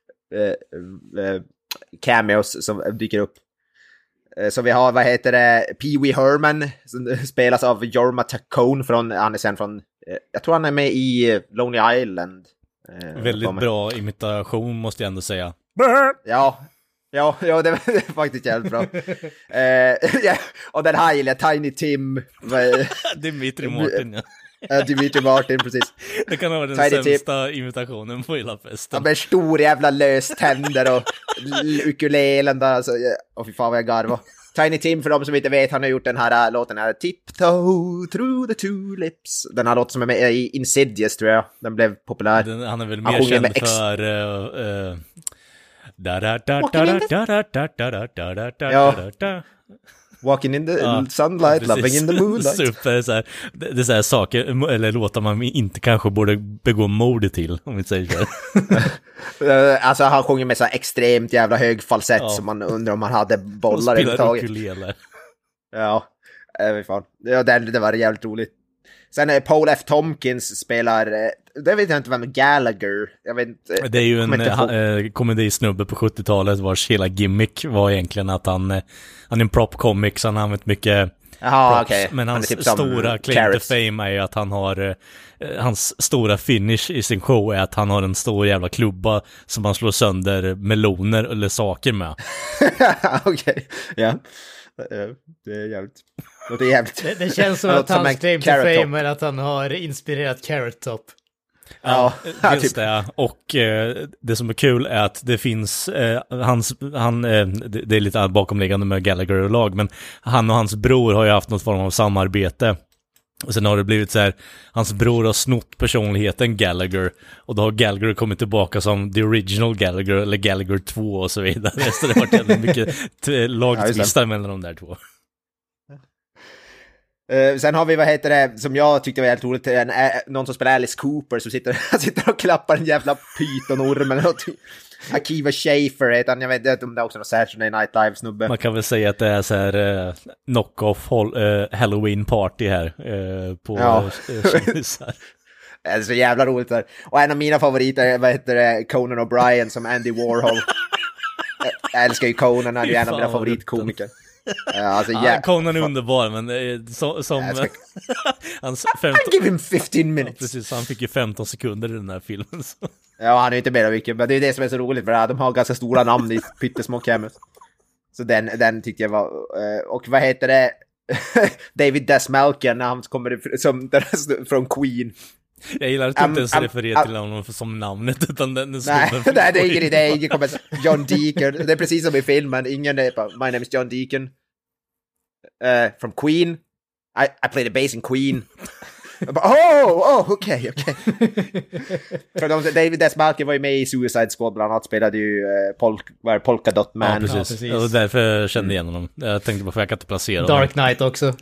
eh, eh, cameos som dyker upp. Eh, så vi har, vad heter det, Pee Wee Herman som spelas av Jorma Taccone från, han är sen från, eh, jag tror han är med i Lonely Island. Eh, Väldigt kommer. Bra imitation måste jag ändå säga. Ja, ja, ja det, det är faktiskt jävligt bra. eh, ja, och den här gillar Tiny Tim. Dimitri Martin, ja. Ja, Dimitri Martin, precis. Det kan vara den Tiny sämsta Tim. Imitationen på hela festen. Han med stor jävla löständer och ukulelen där. Alltså, ja. Och fy fan vad jag garvar. Tiny Tim, för de som inte vet, han har gjort den här låten här, Tiptoe through the tulips. Den här låten som är med i Insidious tror jag. Den blev populär. Den, han är väl mer känd ex- för... Uh, uh, Da da da da da da da da da da da da. Walking in the ja, sunlight, ja, loving in the moonlight. Super, så här, det, det är så här saker, eller låtar man inte kanske borde begå mord till, om vi säger så. Alltså han sjunger med så här extremt jävla hög falsett, ja. Som man undrar om man hade bollar överhuvudtaget. Ja, äh, fan. Ja, det, det var jävligt roligt. Sen är Paul F. Tompkins spelar, det vet jag inte vem, Gallagher. Jag vet inte. Det är ju en äh, komedisnubbe på sjuttiotalet vars hela gimmick var egentligen att han, han är en prop comic, så han har använt mycket Aha, props. Okay. Men hans typ stora claim to fame är ju att han har, eh, hans stora finish i sin show är att han har en stor jävla klubba som han slår sönder meloner eller saker med. Okej, okay. Ja. Det är jävligt. Det, är jävligt. det, det känns som att hans claim to fame är att han har inspirerat Carrot Top. Ja, ja dels typ. Det. Och eh, det som är kul är att det finns eh, hans, han, eh, det, det är lite bakomliggande med Gallagher och lag, men han och hans bror har ju haft något form av samarbete. Och sen har det blivit så här, hans bror har snott personligheten Gallagher, och då har Gallagher kommit tillbaka som the original Gallagher eller Gallagher två och så vidare. Så det har varit jävligt mycket t- lagtvistar mellan de där två. Uh, sen har vi, vad heter det, som jag tyckte var helt roligt, en, uh, någon som spelar Alice Cooper som sitter, sitter och klappar en jävla pytonorm eller något. Akiva Schäfer heter han, jag vet inte om det är också någon Saturday Night Live-snubbe. Man kan väl säga att det är så här uh, knock-off uh, Halloween-party här uh, på ja. kändisar. Det är så jävla roligt där. Och en av mina favoriter, vad heter det, Conan O'Brien som Andy Warhol. Jag älskar ju Conan, han är ju en av mina favoritkomiker. Ja, alltså, ja, Conan är underbar, men eh, så, som ja, hans femton... I give him fifteen minutes. Ja, precis, han fick ju femton sekunder i den här filmen. Så. Ja, han är inte mer mycket, men det är det som är så roligt, för de har ganska stora namn i pyttesmå cameos. Så den, den tyckte jag var... Och vad heter det? David Desmalkian när han kommer som, från Queen. Jag gillar att du inte ens um, refererar um, till honom som namnet, utan den, den nej, nej, det är ingen idé. Ingen kommer, John Deacon. Det är precis som i filmen. Ingen är bara, my name is John Deacon. Uh, from Queen. I, I play the bass in Queen. bara, oh, oh, okej, okay, okej. Okay. David Desmalkian var ju med i Suicide Squad, bland annat spelade ju uh, Polk, var Polka Dot Man. Ja, precis. Ja, precis. Och därför kände jag igen honom. Jag tänkte bara, för jag kan inte placera Dark Knight också. Mm.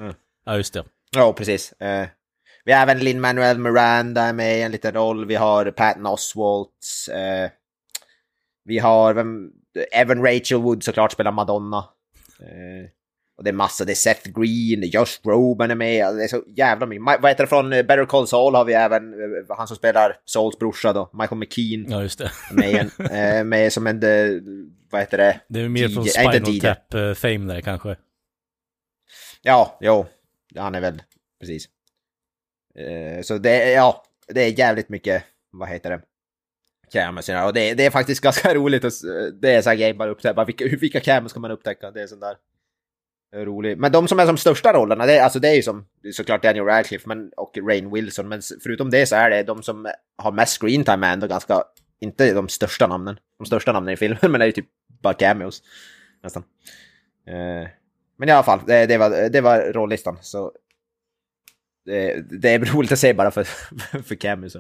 Ja, just det. Ja, precis. Eh, vi har även Lin-Manuel Miranda med i en liten roll. Vi har Patton Oswalt. Eh, vi har vem, Evan Rachel Wood såklart spelar Madonna. Eh, och det är massa, det är Seth Green, Josh Groban är med. Det är så jävla mycket. Ma- vad heter det från Better Call Saul har vi även eh, han som spelar Sauls brorsa då, Michael McKean. Ja, just det. Med, en, eh, med som en, de, vad heter det? Det är mer från Spinal Tap uh, Fame där kanske. Ja, jo. Han är väl, precis. Uh, så det är, ja, det är jävligt mycket, vad heter det? Cameras, och det, det är faktiskt ganska roligt. Och, det är så här grej bara upptäcka, vilka, vilka cameras ska man upptäcka? Det är sån där roligt. Men de som är som största rollerna, det är, alltså det är ju som såklart Daniel Radcliffe men, och Rainn Wilson. Men förutom det så är det de som har mest screen time ändå ganska, inte de största namnen. De största namnen i filmen, men det är ju typ bara cameos. Nästan. Uh, men i alla fall, det, det, var, det var rollistan. Så det, det är roligt att se bara för, för cameos.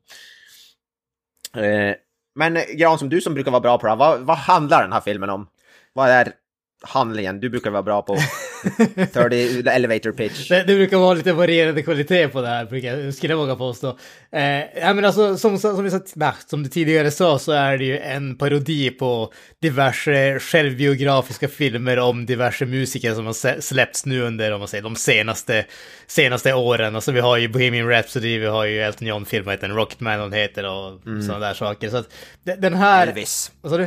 Uh, men Gran, som du som brukar vara bra på det här, vad, vad handlar den här filmen om? Vad är handlingen? Du brukar vara bra på trettio elevator pitch. Det, det brukar vara lite varierande kvalitet på det här, brukar jag skulle jag våga påstå. Eh, ja, men alltså, som, som, som, nej, som du tidigare sa så är det ju en parodi på diverse självbiografiska filmer om diverse musiker som har släppts nu under om man säger, de senaste, senaste åren. Alltså vi har ju Bohemian Rhapsody, vi har ju Elton John-filmen heter Rocketman hon heter och mm. sådana där saker. Så att den här... Elvis. Vad sa du?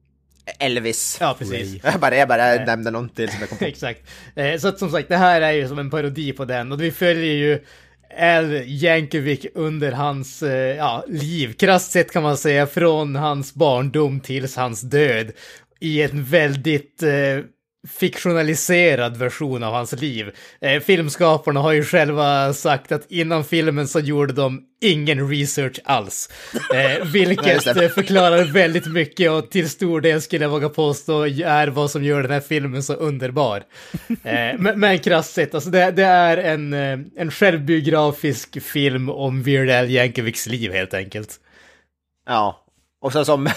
Elvis. Ja, precis. Jag bara, jag bara nämnde någon till som jag kom på. Exakt. Eh, så att som sagt, det här är ju som en parodi på den. Och vi följer ju Al Yankovic under hans eh, ja, liv. Krasst sett kan man säga från hans barndom tills hans död. I en väldigt eh, fiktionaliserad version av hans liv. Eh, filmskaparna har ju själva sagt att innan filmen så gjorde de ingen research alls. Eh, vilket eh, förklarar väldigt mycket och till stor del skulle jag våga påstå är vad som gör den här filmen så underbar. Eh, men, men krasst sett, alltså det, det är en, en självbiografisk film om Weird Al Yankovics liv helt enkelt. Ja, och så som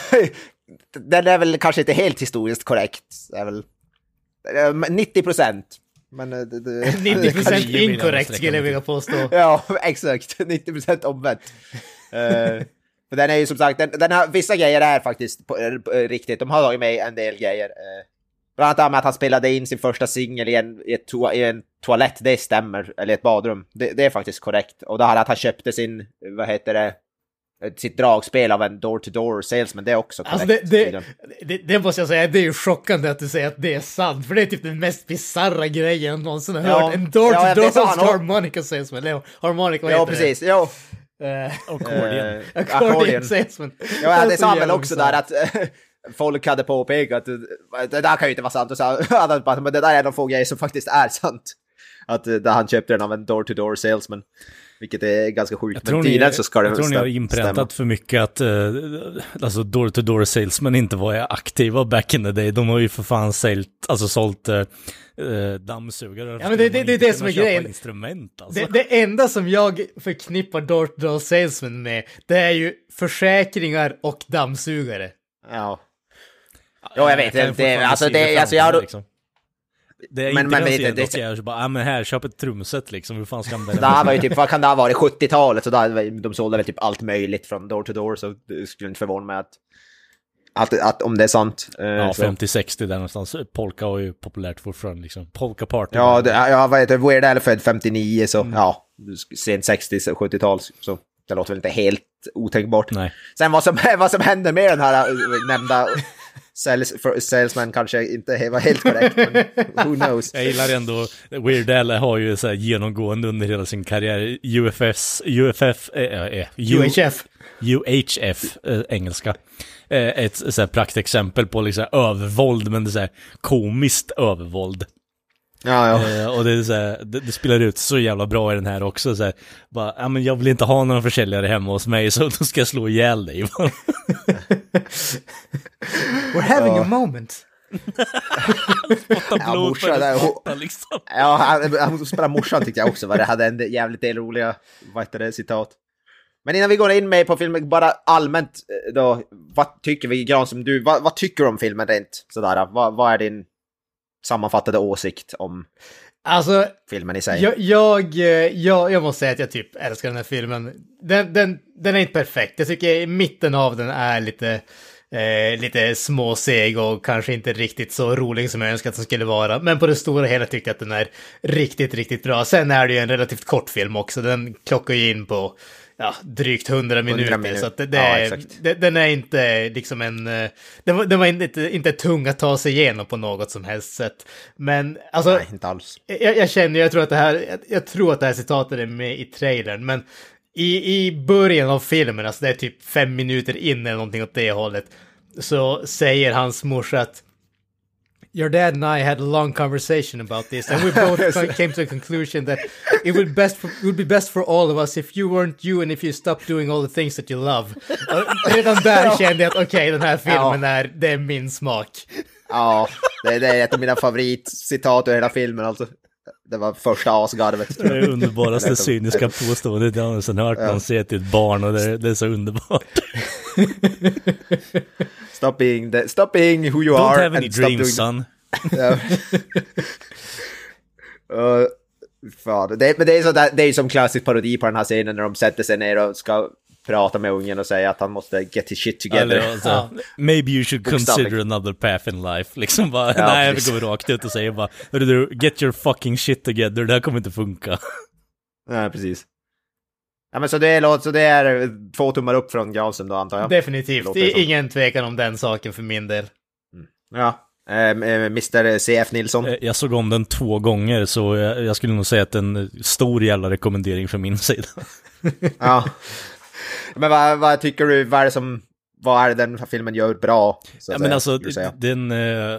den är väl kanske inte helt historiskt korrekt, är väl nittio procent. Men det, det, nittio procent inkorrekt skulle jag vilja påstå. Ja, exakt. nittio procent omvänt. uh, för den är ju som sagt, den, den har, vissa grejer är faktiskt på, uh, riktigt. De har tagit med en del grejer. Uh, bland annat med att han spelade in sin första singel i en, i, ett to- i en toalett, det stämmer. Eller ett badrum. Det, det är faktiskt korrekt. Och det här att han köpte sin, vad heter det, sitt dragspel av en door-to-door salesman, det är också korrekt. Alltså det, det, det, det måste jag säga, det är ju chockande att du säger att det är sant, för det är typ den mest bizarra grejen jag någonsin har ja, hört. En door-to-door ja, harmonica salesman, eller harmonica, vad ja, heter precis, det? Ja, precis. Uh, accordion. Uh, accordion salesman. Ja, det sa han väl också där att folk hade påpekat att det där kan ju inte vara sant, och så men det där är de få grejer som faktiskt är sant. Att där han köpte den av en door-to-door salesman. Vilket är ganska sjukt. Jag tror, men ni, så ska det jag tror ni har inpräntat stämma. För mycket att uh, alltså door-to-door salesmen inte var aktiva back in the day. De har ju för fan sålt, alltså sålt uh, uh, dammsugare. Ja, men det, det, det är det som är grejen. Instrument, alltså. det, det enda som jag förknippar door-to-door salesmen med, det är ju försäkringar och dammsugare. Ja. Ja, jag vet inte. Alltså, det, alltså jag har... Liksom. Det är men, inte men, det, det, det, jag bara, ah, men här, köp ett trumset liksom, hur fan ska man det här var ju typ, vad kan det ha varit, sjuttiotalet, så där, de sålde väl typ allt möjligt från door to door, så det skulle inte förvåna mig att, att, att om det är sant. Ja, femtio sextio där någonstans, polka var ju populärt fortfarande liksom, polka party. Ja, det, ja vad heter det, Weird Al är född femtionio, så mm. ja, sent sextio sjuttiotal, så det låter väl inte helt otänkbart. Nej. Sen vad som, vad som händer med den här nämnda Sales, salesman kanske inte var helt korrekt, men who knows. Jag gillar ändå, Weird Al har ju så här genomgående under hela sin karriär U F S, U F F, äh, äh, U H F, U H F, äh, engelska. Äh, ett så här praktexempel på liksom övervåld, men det är så här komiskt övervåld. Ja, ja. Eh, och det, är så här, det, det spelar ut så jävla bra i den här också. Så här, bara, ja, men jag vill inte ha några försäljare hemma hos mig, så då ska jag slå ihjäl dig. We're having ja. a moment. Ja, morsan där. Hon, liksom. Ja, han, han spelar morsan tyckte jag också. Var det hade en jävligt del roliga, vad heter det, citat. Men innan vi går in med på filmen, bara allmänt då, vad tycker vi, Gran, som du, vad, vad tycker du om filmen rent sådär? Vad, vad är din sammanfattade åsikt om Alltså, filmen i sig. Jag, jag, jag, jag måste säga att jag typ älskar den här filmen. Den, den, den är inte perfekt. Jag tycker mitten av den är lite, eh, lite småseg och kanske inte riktigt så rolig som jag önskat att den skulle vara. Men på det stora hela tycker jag att den är riktigt, riktigt bra. Sen är det ju en relativt kort film också. Den klockar ju in på ja, drygt hundra minuter. minuter. Så att det, det, ja, det, den är inte liksom en... Den var, den var inte, inte tung att ta sig igenom på något som helst sätt. Men alltså... Nej, inte alls. Jag, jag känner, jag tror att det här... Jag, jag tror att det här citatet är med i trailern. Men i, i början av filmen, alltså det är typ fem minuter in eller någonting åt det hållet, så säger hans morsa att your dad and I had a long conversation about this, and we both came to a conclusion that it would best for, it would be best for all of us if you weren't you and if you stopped doing all the things that you love. Och redan där kände jag att okej, okay, den här filmen är, det är min smak. Ja, det, det är ett av mina favoritcitat i hela filmen, alltså. Det var första asgarvet. Det är underbaraste cyniska påståendet jag någonsin hört någon ja. säga till ett barn, och det, det är så underbart. Stop being, the, stop being who you Don't are. Don't have any dreams, son. uh, fan. Det, men det är, så där, det är som klassisk parodi på den här scenen när de sätter sig ner och ska prata med ungen och säga att han måste get his shit together. Alltså, ja. Maybe you should consider another path in life. Liksom bara, ja, nej, vi går rakt ut och säger bara, get your fucking shit together, det här kommer inte funka. Ja, precis. Ja, men så det är, så det är två tummar upp från Gausen då, antar jag. Definitivt, det är ingen tvekan om den saken för min del. Mm. Ja, eh, mister C F Nilsson. Jag såg om den två gånger, så jag, jag skulle nog säga att en stor jävla rekommendering från min sida. Ja. Men vad, vad tycker du, vad är det som, vad är det den här filmen gör bra? Så ja, men alltså, den eh,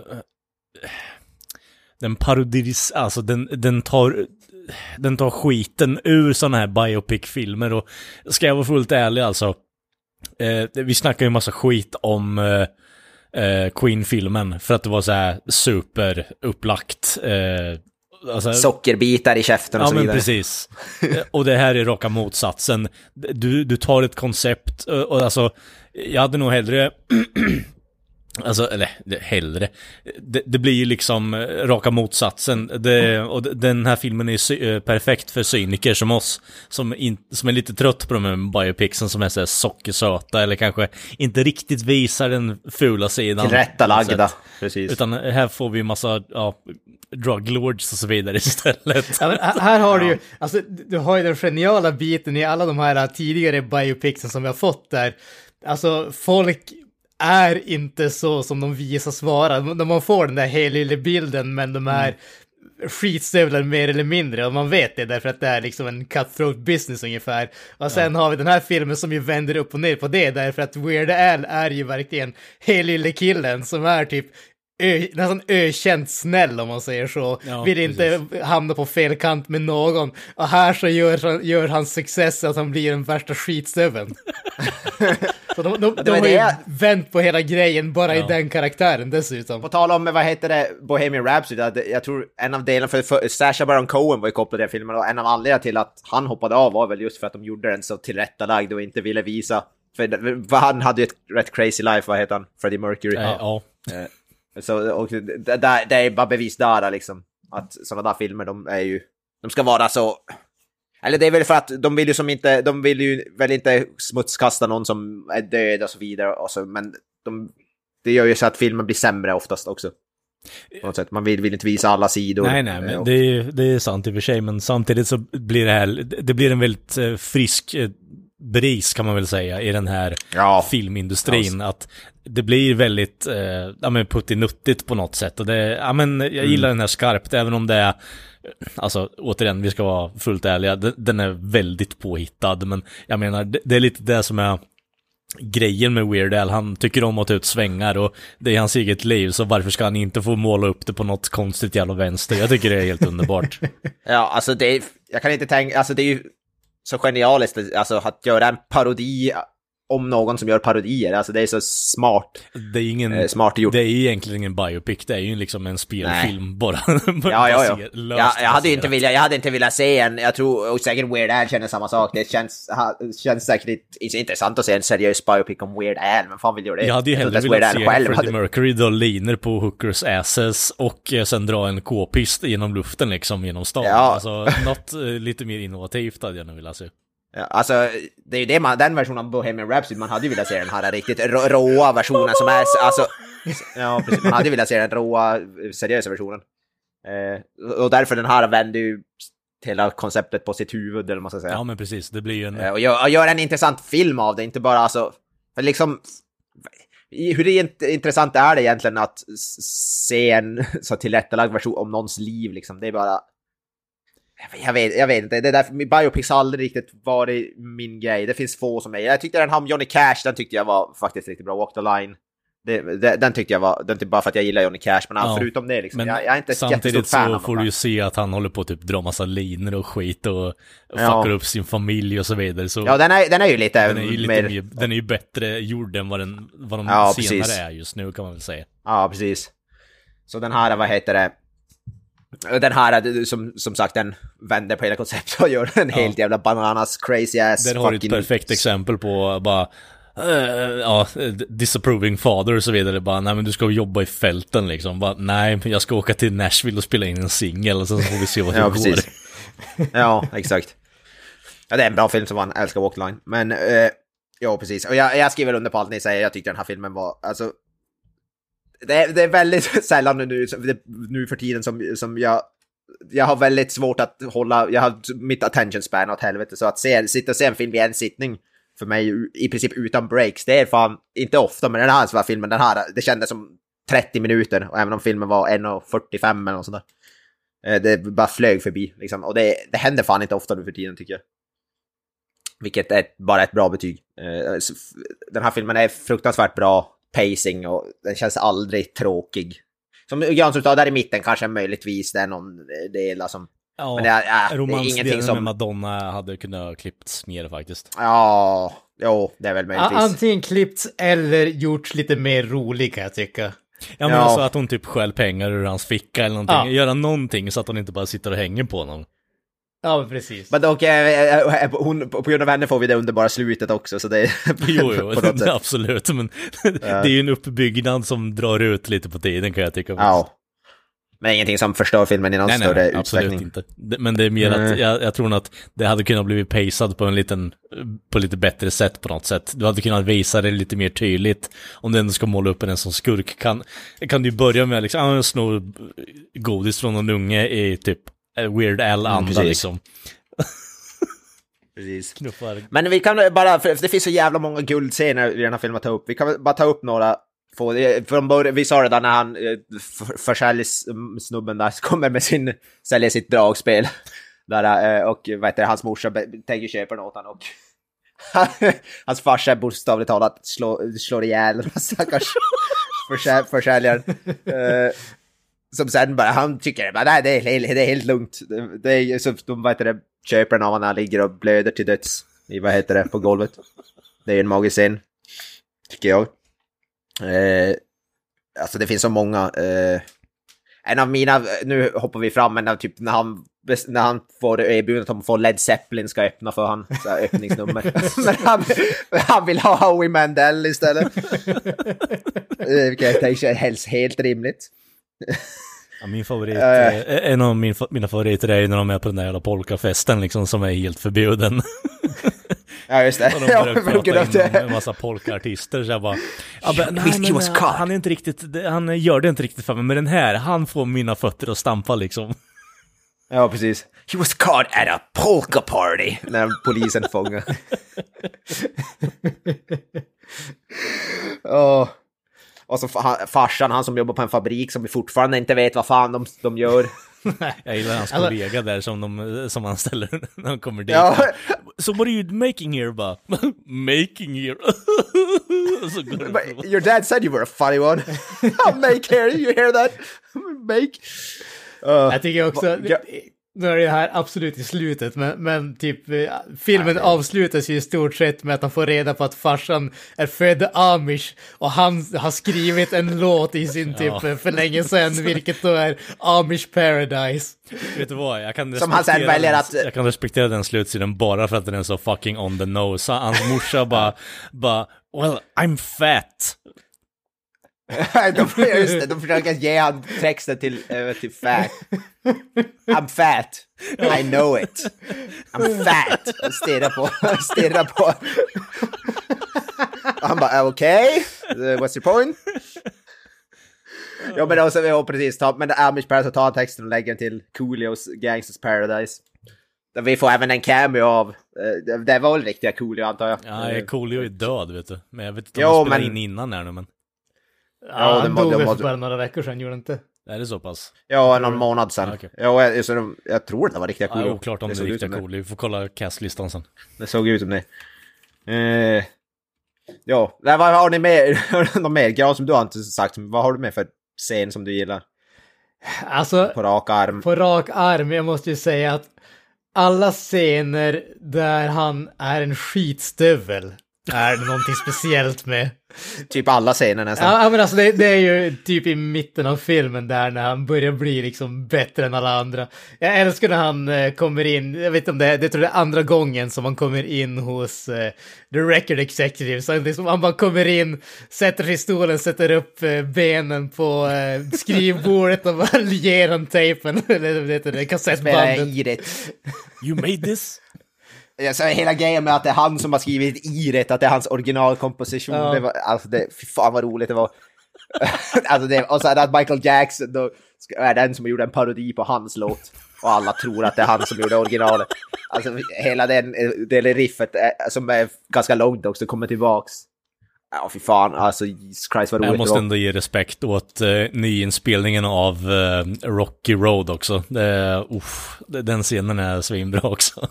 den parodis, alltså den, den tar den tar skiten ur såna här biopic-filmer, och ska jag vara fullt ärlig alltså, eh, vi snackar ju massa skit om eh, eh, Queen-filmen för att det var så här super upplagt, eh, alltså, sockerbitar i käften och ja, så vidare. Ja, men precis. Och det här är raka motsatsen. Du, du tar ett koncept och, och alltså, jag hade nog hellre alltså, eller hellre det, det blir ju liksom raka motsatsen. Det, och den här filmen är sy- perfekt för cyniker som oss, som, in, som är lite trött på de här biopicsen som är så här sockersöta eller kanske inte riktigt visar den fula sidan. Tillrättalagda, precis. Utan här får vi massa ja, druglords och så vidare istället. Ja, men här har du ju, alltså du har ju den geniala biten i alla de här tidigare biopicsen som vi har fått där. Alltså folk är inte så som de visas vara. När man får den där hela bilden, men de är mm. skitstövlar mer eller mindre, och man vet det därför att det är liksom en cutthroat business ungefär. Och sen ja. har vi den här filmen som ju vänder upp och ner på det, därför att Weird Al är ju verkligen hela killen som är typ Ö, nästan ökänt snäll, om man säger så. Ja, vill inte precis. hamna på fel kant med någon. Och här så gör, gör hans success att han blir den värsta skitstöven. Så de, de, de har ju vänt på hela grejen bara ja. i den karaktären dessutom. På tal om, vad heter det, Bohemian Rhapsody, jag tror en av delarna för, för Sacha Baron Cohen var ju kopplad till den filmen, och en av anledningarna till att han hoppade av var väl just för att de gjorde den så tillrättalagd och inte ville visa, för han hade ju ett rätt crazy life, vad heter han? Freddie Mercury. Äh, ja. ja. Så, och det, det är bara bevis där liksom, att sådana där filmer, de är ju, de ska vara så, eller det är väl för att de vill ju som inte, de vill ju väl inte smutskasta någon som är död och så vidare, och så, men de, det gör ju så att filmen blir sämre oftast också. På något sätt. Man vill, vill inte visa alla sidor. Nej, nej, men det är, det är sant i och för sig, men samtidigt så blir det här, det blir en väldigt frisk bris kan man väl säga i den här ja. filmindustrin, alltså. Att det blir väldigt eh, ja, men puttinuttigt på något sätt, och det, ja, men jag gillar mm. den här skarpt, även om det är, alltså återigen, vi ska vara fullt ärliga, den är väldigt påhittad, men jag menar, det, det är lite det som är grejen med Weird Al. Han tycker om att ta ut svängar, och det är hans eget liv, så varför ska han inte få måla upp det på något konstigt jävla vänster? Jag tycker det är helt underbart. Ja, alltså det är, jag kan inte tänka, alltså det är ju så genialiskt, alltså att göra en parodi om någon som gör parodier. Alltså det är så smart. Det är ingen, eh, smart gjort. Det är egentligen ingen biopic, det är ju liksom en spelfilm. Nej. Bara. ja, ja, ja. ja jag, hade inte vilja, jag hade inte velat se en, jag tror, och säkert Weird Al känner samma sak. Det känns, ha, känns säkert intressant att se en seriös biopic om Weird Al, men fan vill göra det? Jag hade ju hellre velat se Freddie hade... Mercury då liner på hookers asses och sen dra en k-pist genom luften liksom, genom stan. Ja. Alltså, något uh, lite mer innovativt hade jag nog velat se. Ja, alltså, det är ju det man, den versionen av Bohemian Rhapsody, man hade ju velat se den här riktigt rå, råa versionen som är, alltså, ja precis, man hade ju velat se den råa, seriösa versionen. Eh, och därför den här vänder ju hela konceptet på sitt huvud, eller vad man ska säga. Ja, men precis, det blir ju en... Eh, och, gör, och gör en intressant film av det, inte bara alltså, för liksom, hur det intressant är det egentligen att se en så tillrättalagd version om någons liv, liksom, det är bara... Jag vet, jag vet inte, det är därför biopics har aldrig riktigt varit min grej. Det finns få som är. Jag tyckte den här om Johnny Cash, den tyckte jag var faktiskt riktigt bra. Walk the Line. Det, det, den tyckte jag var, den typ bara för att jag gillar Johnny Cash, men ja, förutom det liksom, jag, jag är inte samtidigt så får du ju se att han håller på att typ dra massa liner och skit och, och ja. fuckar upp sin familj och så vidare. Så ja, den är, den är ju lite, den är ju lite mer... mer, den är ju bättre gjord än vad, den, vad de ja, senare precis. är just nu, kan man väl säga. Ja, precis. Så den här, vad heter det? Den här, som, som sagt, den vänder på hela konceptet och gör en ja. helt jävla bananas, crazy ass. Den har fucking... ett perfekt exempel på bara, uh, ja, disapproving father och så vidare. Bara, nej men du ska jobba i fälten liksom. Bara, nej, jag ska åka till Nashville och spela in en singel och så får vi se vad det ja, går. Precis. Ja, exakt. Ja, det är en bra film som man älskar Walk the Line. Men, uh, ja, precis. Och jag, jag skriver under på allt ni säger. Jag tyckte den här filmen var, alltså... Det är, det är väldigt sällan nu, nu för tiden som, som jag jag har väldigt svårt att hålla, jag har mitt attention span åt helvete, så att se, sitta och se en film i en sittning för mig i princip utan breaks, det är fan inte ofta, men den här filmen, den här, det kändes som trettio minuter, och även om filmen var en fyrtiofem eller något sånt där, det bara flög förbi liksom, och det, det händer fan inte ofta nu för tiden tycker jag. Vilket är bara ett bra betyg. Den här filmen är fruktansvärt bra pacing och den känns aldrig tråkig. Som Jansson sa, där i mitten kanske möjligtvis det är någon del som... Ja, men det är, äh, romansdelen som... med Madonna hade kunnat klippts mer faktiskt. Ja, jo, det är väl möjligtvis. Antingen klippts eller gjorts lite mer rolig, kan jag tycka. Ja, men ja. Alltså att hon typ skäl pengar ur hans ficka eller någonting. Ja. Göra någonting så att hon inte bara sitter och hänger på någon. Ja, precis. Men dock, äh, hon, på grund av henne får vi det underbara slutet också, så det är... jo, jo, det, absolut, men ja. Det är ju en uppbyggnad som drar ut lite på tiden, kan jag tycka. Ja. Men ingenting som förstör filmen i någon nej, större nej, utsträckning. Absolut inte. Men det är mer mm. att, jag, jag tror nog att det hade kunnat bli pacad på en liten, på lite bättre sätt på något sätt. Du hade kunnat visa det lite mer tydligt. Om du ändå ska måla upp en som skurk, kan, kan du börja med liksom, ah, snå godis från någon unge i typ Weird Al-anda mm, liksom. Precis. Knuffar. Men vi kan bara, för det finns så jävla många guldscener i den här filmen att ta upp. Vi kan bara ta upp några. Från början, vi sa det där när han försäljsnubben där kommer med sin, säljer sitt dragspel där, och vad heter det, hans morsa tänker köpa något han, och hans farsa bokstavligt talat slår, slår ihjäl stackars försälj, försäljaren. Som sen bara, han tycker bara, nej, det är, det är helt lugnt. Det, det är så de, vad heter det, köper den av när han ligger och blöder till döds i, vad heter det, på golvet. Det är en magisk scen, tycker jag. Eh, alltså det finns så många. Eh, en av mina, nu hoppar vi fram, men typ när han, när han får erbjudandet om att få Led Zeppelin ska öppna för han, så här, öppningsnummer. Men han, han vill ha Howie Mandel istället. Vilket jag tänker är helst helt rimligt. Ja, min favorit, uh, en av min, mina favoriter är när de är på den där jävla polkafesten liksom, som är helt förbjuden. Ja, just det. Och de börjar prata in en massa polkartister, så jag bara, ja, men, nej, men, han är inte riktigt, han gör det inte riktigt för mig, men den här, han får mina fötter att stampa liksom. Ja, precis. He was caught at a polka party. När polisen fångar. Åh. oh. Och så farsan, han som jobbar på en fabrik som vi fortfarande inte vet vad fan de, de gör. Jag gillar hans alltså, kollega där som, de, som han ställer när han kommer dit. Ja. So what are you making here, ba? Making here. Your dad said you were a funny one. I'll make here, you hear that? Make. Uh, jag tycker också, nu är det här absolut i slutet, men, men typ eh, filmen ja, avslutas ju i stort sett med att han får reda på att farsan är född Amish och han har skrivit en låt i sin typ ja. för länge sedan, vilket då är Amish Paradise. Vet du vad, jag kan Som han sen väljer att... jag kan respektera den slutsidan bara för att den är så fucking on the nose. Hans morsa bara, bara, well, I'm fat. de, just det, de försöker ge han texten till, uh, till fat. I'm fat. I know it. I'm fat. Och stirrar på. Stirrar på. Han bara, okej. Okay. What's your point? Ja, men då så vi har precis tagit, men Amish Paradise tar texten och lägger den till Coolios Gangsters Paradise. Där vi får även en cameo av, det, det var väl riktiga Coolio antar jag. Ja, Coolio är död vet du. Men jag vet inte om han spelade in innan här nu, men... Ja, ja han dog väl för bara några veckor sedan, gjorde inte? Är det så pass? Ja, någon månad sedan. Ah, okay. Ja, jag, så de, jag tror det var riktiga Coolio. Ja, oklart om det, det är riktiga Coolio. Vi får kolla castlistan sen. Det såg ut som det. Eh, ja, vad har ni med? Någon mer? Grad som du har inte sagt. Vad har du med för scen som du gillar? Alltså, på rak arm. På rak arm, jag måste ju säga att alla scener där han är en skitstövel är det någonting speciellt med. Typ alla scener nästan. Ja, men alltså det, det är ju typ i mitten av filmen där när han börjar bli liksom bättre än alla andra. Jag älskar när han eh, kommer in, jag vet inte om det är, det tror jag är andra gången som han kommer in hos eh, The Record Executive. Så liksom, han bara kommer in, sätter sig i stolen, sätter upp eh, benen på eh, skrivbordet och bara ger han tejpen, eller vet du det, kassettbandet. You made this? Så hela grejen med att det är han som har skrivit i det, att det är hans originalkomposition, ja. Det var, alltså det, fy fan vad roligt det var. Alltså det, och så är det att Michael Jackson då är den som gjorde en parodi på hans låt och alla tror att det är han som gjorde originalet. Alltså hela den, det riffet som är ganska långt också kommer tillbaks. Ja, fy fan, alltså Jesus Christ vad roligt. Jag måste ändå ge respekt åt uh, nyinspelningen av uh, Rocky Road också. Det, uff, den scenen är svinbra också.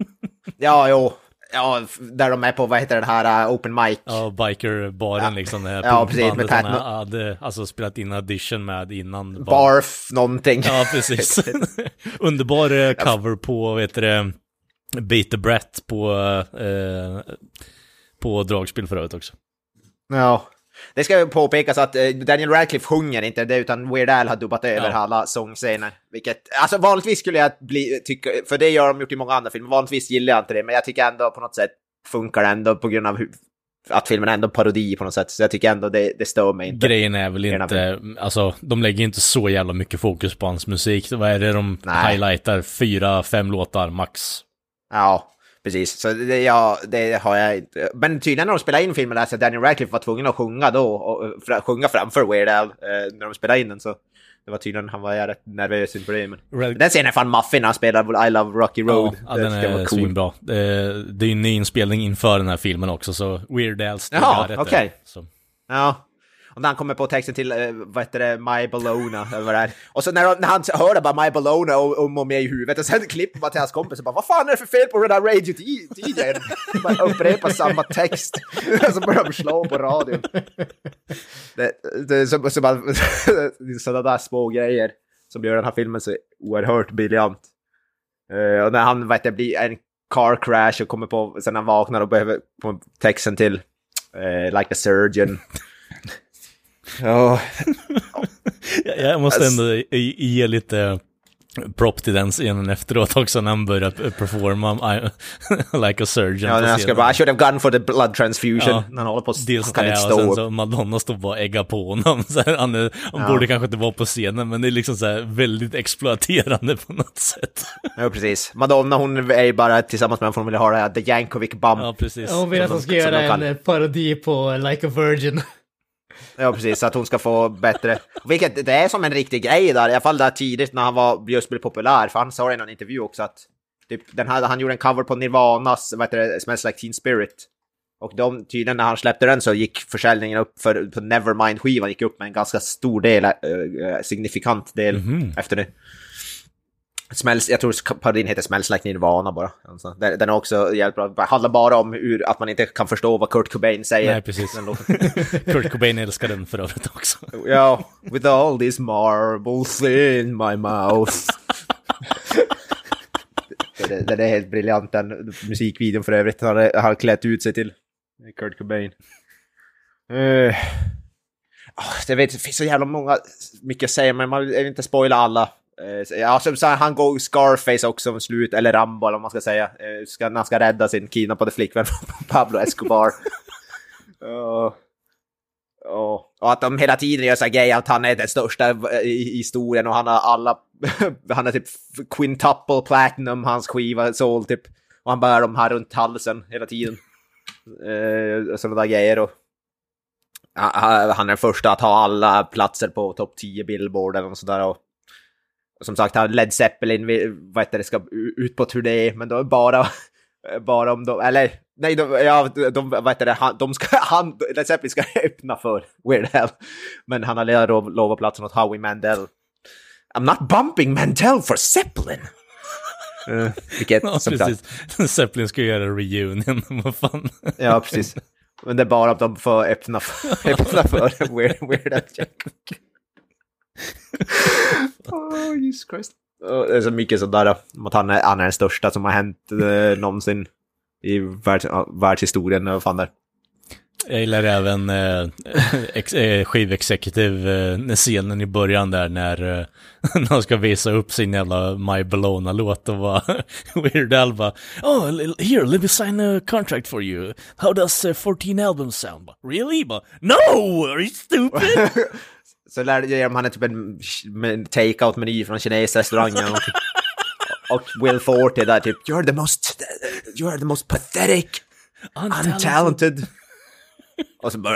Ja, jo. Ja, där de är på, vad heter den här, uh, open mic. Ja, biker-baren ja. Liksom. Ja, precis, med Pat. Han hade alltså spelat in audition med innan. Barf, någonting. Ja, precis. Underbar uh, cover på, vet du det, Beat the Brat på, uh, på dragspel för övrigt också. Ja. Det ska påpekas att uh, Daniel Radcliffe sjunger inte det, utan Weird Al har dubbat över ja. alla sångscener. Vilket, alltså vanligtvis skulle jag bli, tycka, för det gör de gjort i många andra filmer, vanligtvis gillar jag inte det, men jag tycker ändå på något sätt funkar det ändå på grund av hur, att filmen är ändå parodi på något sätt, så jag tycker ändå det, det stör mig inte. Grejen är väl inte, alltså de lägger inte så jävla mycket fokus på hans musik, vad är det de Nej. highlightar? Fyra, fem låtar max. Ja. Precis, så det, ja, det har jag inte. Men tydligen när de spelade in filmen där så Daniel Radcliffe var tvungen att sjunga då och fra, sjunga framför Weird Al eh, när de spelade in den, så det var tydligen han var rätt nervös inför det. Men Red... den scenen är fan maffin när han spelar I Love Rocky Road. Ja, den är cool. Svinbra. Det, det är ju en ny inspelning inför den här filmen också, så Weird Al stod ja, rätt okay. där. Så. Ja. Och när han kommer på texten till, uh, vad heter det, My Bologna, eller vad det är. Och så när, när han hör det bara My Bologna och, och mår med i huvudet, och sen klipper man till hans kompis och bara, vad fan är det för fel på den här radio D J:n? Man upprepar samma text. Så börjar de slå på radion. Det, det, så, så bara, sådana där små grejer som gör den här filmen så oerhört briljant. Uh, och när han, vet det, blir en car crash och kommer på, sen han vaknar och behöver på texten till uh, Like a Surgeon. Ja. Jag måste ändå ge lite prop till den scenen efteråt också när han börjar performa I, like a surgeon. Ja, när jag ska bara, I should have gone for the blood transfusion. Ja, när han håller på att kan inte stå. Och sen så Madonna står bara och äggar på honom. Så här, han är, han ja. borde kanske inte vara på scenen, men det är liksom så här väldigt exploaterande på något sätt. Ja, precis. Madonna, hon är ju bara tillsammans med honom för hon vill ha det här The Yankovic Bump. Ja, precis. Ja, hon vill att hon ska göra en parodi på Like a Virgin. Ja, precis, så att hon ska få bättre. Vilket det är som en riktig grej där, i alla fall där tidigt när han var just blev populär, för han sa i någon intervju också att typ, den här, han gjorde en cover på Nirvanas, vad heter det, Smells Like Teen Spirit. Och de, tydligen när han släppte den så gick försäljningen upp för, på Nevermind-skivan gick upp med en ganska stor del, äh, signifikant del mm-hmm. efter det. Smells, jag tror parodin heter Smells Like Nirvana bara. Den, den är också hjälper, det handlar bara om hur, att man inte kan förstå vad Kurt Cobain säger. Nej, precis. Kurt Cobain älskar den för övrigt också. Ja, with all these marbles in my mouth. det, det är helt briljant, den musikvideon för övrigt. Han har, har klätt ut sig till Kurt Cobain. Uh, oh, jag vet, det finns så jävla många, mycket att säga, men man vill inte spoila alla. Uh, ja, som så han går Scarface också om slut, eller Rambo eller vad man ska säga. Uh, ska, när han ska rädda sin kidnappade flickvän från Pablo Escobar. uh, uh, och att de hela tiden gör så här grej att han är den största i historien och han har alla, han har typ quintuple platinum, hans skiva såld typ. Och han bär de här runt halsen hela tiden. Uh, sådana där grejer och han är den första att ha alla platser på topp tio Billboard eller sådär och, och som sagt han Led Zeppelin vad heter det, ska ut på turné men då bara bara om de eller nej de, ja de vad heter det han, de ska han Led Zeppelin ska öppna för Weird Al men han har redan lovat platsen åt Howie Mandel. I'm not bumping Mandel for Zeppelin. Uh, vilket ja, som precis. Zeppelin ska göra en reunion, vad fan. Ja, precis. Men det är bara att de får öppna för, öppna för Weird, weird Al Yankovic. Oh, Jesus Christ. Oh, det är så mycket sådär om att han är, han är den största som har hänt eh, någonsin i världs, världshistorien. Och fan där. Jag gillar även eh, ex, eh, skivexecutive eh, scenen i början där när, eh, när han ska visa upp sin jävla My Bologna-låt och bara Weird Al bara, oh, here, let me sign a contract for you. How does uh, fourteen albums sound? Really? But, no! Are you stupid? Så lär det om han är typ en, en take-out-meny från kinesiska restauranger och, och Will Forte där typ, you're the most, you're the most pathetic, untalented. untalented. Och så bara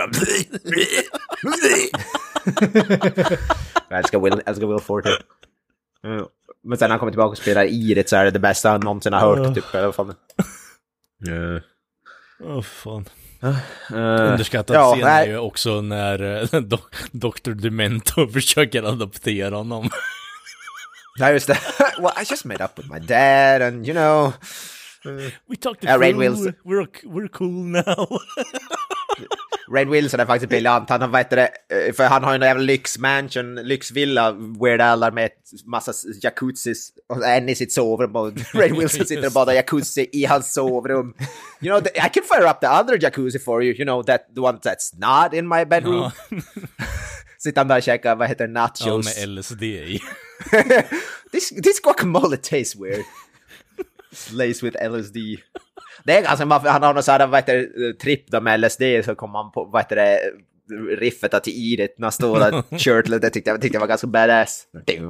jag älskar Will, älskar Will Forte. Men sen när han kommer tillbaka och spelar i det så är det det bästa han någonsin har hört. Uh. Typ, i alla fall. Åh, uh. oh, fan. Uh, Underskattad ja, scen är ju också när uh, do- doktor Demento försöker adoptera honom. Ja, just det. Well, I just made up with my dad and, you know... Uh, We talked to uh, Rainn Wilson. We're, we're cool now. Rainn Wilson är faktiskt briljant. Han har, vad heter det, för han har en jävla lyxmansion, lyxvilla, Weird Al där med ett massa jacuzzis och en i sitt sovrum och Rainn Wilson sitter och badar jacuzzi i hans sovrum. You know, the, I can fire up the other jacuzzi for you, you know, that the one that's not in my bedroom. Ja. Sitter han där och käkar, vad heter nachos. Ja, med L S D i. this, this guacamole tastes weird. Laced with L S D. Det är ganska, han har någon sån här, vad heter det, tripp där med L S D så kommer han på, vad heter det, riffet att i det när står där shirtlet, det tyckte jag, tyckte jag var ganska badass.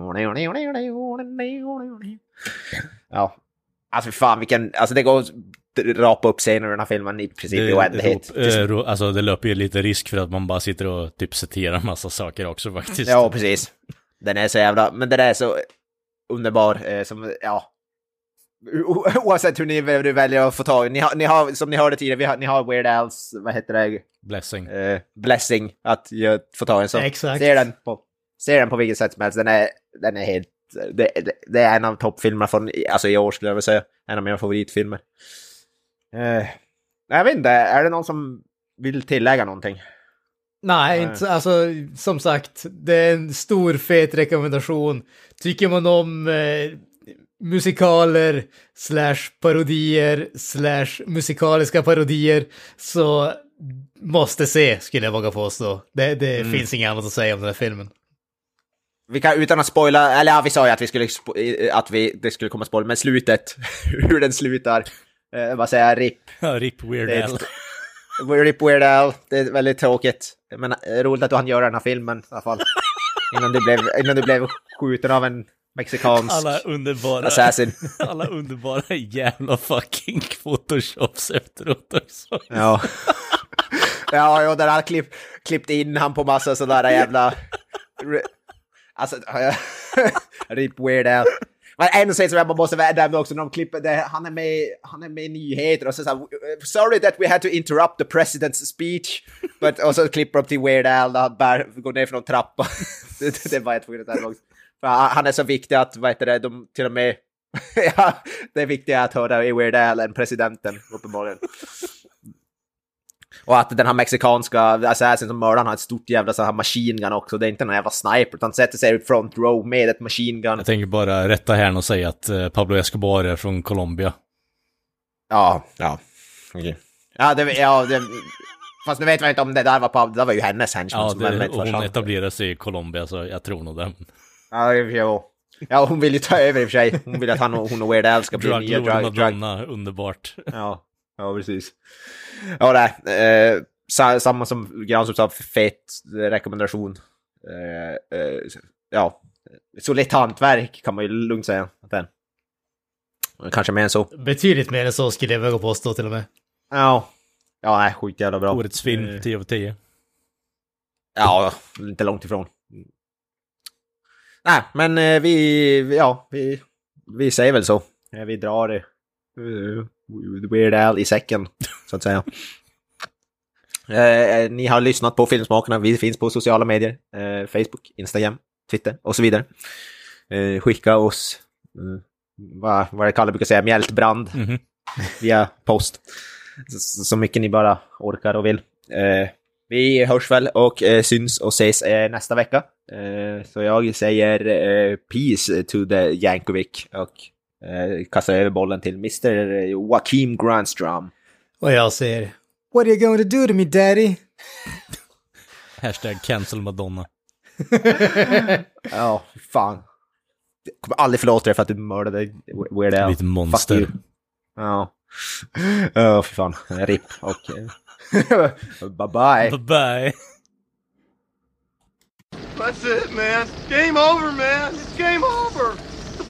Ja, alltså fan vilken, alltså det går att rapa upp scener i den här filmen i princip i oändlighet. Äh, alltså det löper ju lite risk för att man bara sitter och typ citerar massa saker också faktiskt. Ja, precis. Den är så jävla, men det där är så underbar, eh, som, ja. Oavsett hur ni väljer att få tag ni har, ni har, som ni hörde tidigare, vi har, ni har Weird Al's, vad heter det? Blessing. Uh, blessing, att jag får ta en så. Exakt. Ser den på, ser den på vilket sätt som helst. Den är, den är helt, det, det, det är en av toppfilmerna från, alltså i år skulle jag vilja säga. En av mina favoritfilmer. Uh, jag vet inte, är det någon som vill tillägga någonting? Nej, uh. inte, alltså som sagt, det är en stor fet rekommendation. Tycker man om... Eh, musikaler slash parodier slash musikaliska parodier så måste se, skulle jag våga påstå. Det, det mm. finns inget annat att säga om den här filmen. Vi kan utan att spoila, eller ja, vi sa ju att vi skulle att vi det skulle komma spoil, men slutet, hur den slutar, eh, vad säger jag, rip. Ja, rip Weird Al. Rip Weird Al, det är väldigt tråkigt. Men roligt att du hann göra den här filmen i alla fall. Innan du blev, innan du blev skjuten av en mexikansk alla underbara, assassin. Alla underbara jävla fucking photoshops efteråt också. Ja. Ja, ja, där har klipp, klippt in han på massa sådär jävla... Alltså, rip Weird Al. Men en sak som jag måste vända också när de klipper det, han är med, han är med i nyheter och så såhär, sorry that we had to interrupt the president's speech, but, och så klipper de till Weird Al när han bär, går ner från trappan. det, det var ett fokus där också. Han är så viktig att, vad heter det, de till och med, ja, det är viktigt att höra i Weird Al än presidenten, uppenbarligen. Och att den här mexikanska assassin som mördaren har ett stort jävla så här machine gun också. Det är inte en jävla sniper, utan sätter sig i front row med ett machine gun. Jag tänker bara rätta här och säga att Pablo Escobar är från Colombia. Ja, ja. Okej. Okay. Ja, det, ja, det... Fast nu vet man inte om det där var Pablo, det var ju hennes henchman. Ja, som det, hon etablerade sig i Colombia, så jag tror nog det. Ja, jo. Ja, hon vill ju ta över i och för sig. Hon vill att han och, hon och Weird Al ska bli nya drag... drag... underbart. Ja, ja, precis. Ja, det är eh, samma som Granström sa, fet rekommendation. Eh, eh, ja, solitt hantverk kan man ju lugnt säga. Att den. Kanske mer än så. Betydligt mer än så skulle jag våga påstå till och med. Ja, ja, nej, sjukt jävla bra. Årets film, tio av tio. Ja, inte långt ifrån. Nej, men eh, vi, ja, vi, vi säger väl så. Vi drar det. Uh, Weird Al i säcken, så att säga. eh, ni har lyssnat på Filmsmakarna. Vi finns på sociala medier. Eh, Facebook, Instagram, Twitter och så vidare. Eh, skicka oss uh, vad, vad det Kalle brukar säga, mjältbrand mm-hmm. via post. Så, så mycket ni bara orkar och vill. Eh, vi hörs väl och eh, syns och ses eh, nästa vecka. Eh, så jag säger eh, peace to the Jankovic och eh, kastar över bollen till mister Joakim Granström. Och jag säger, what are you going to do to me, daddy? Hashtag cancel Madonna. Ja, fan. Jag kommer aldrig förlåta dig för att du mördade Weird Al. Lite monster. Ja. Ja, oh, för fan. Rip. Och bye bye. Bye bye. That's it, man. Game over, man. It's game over.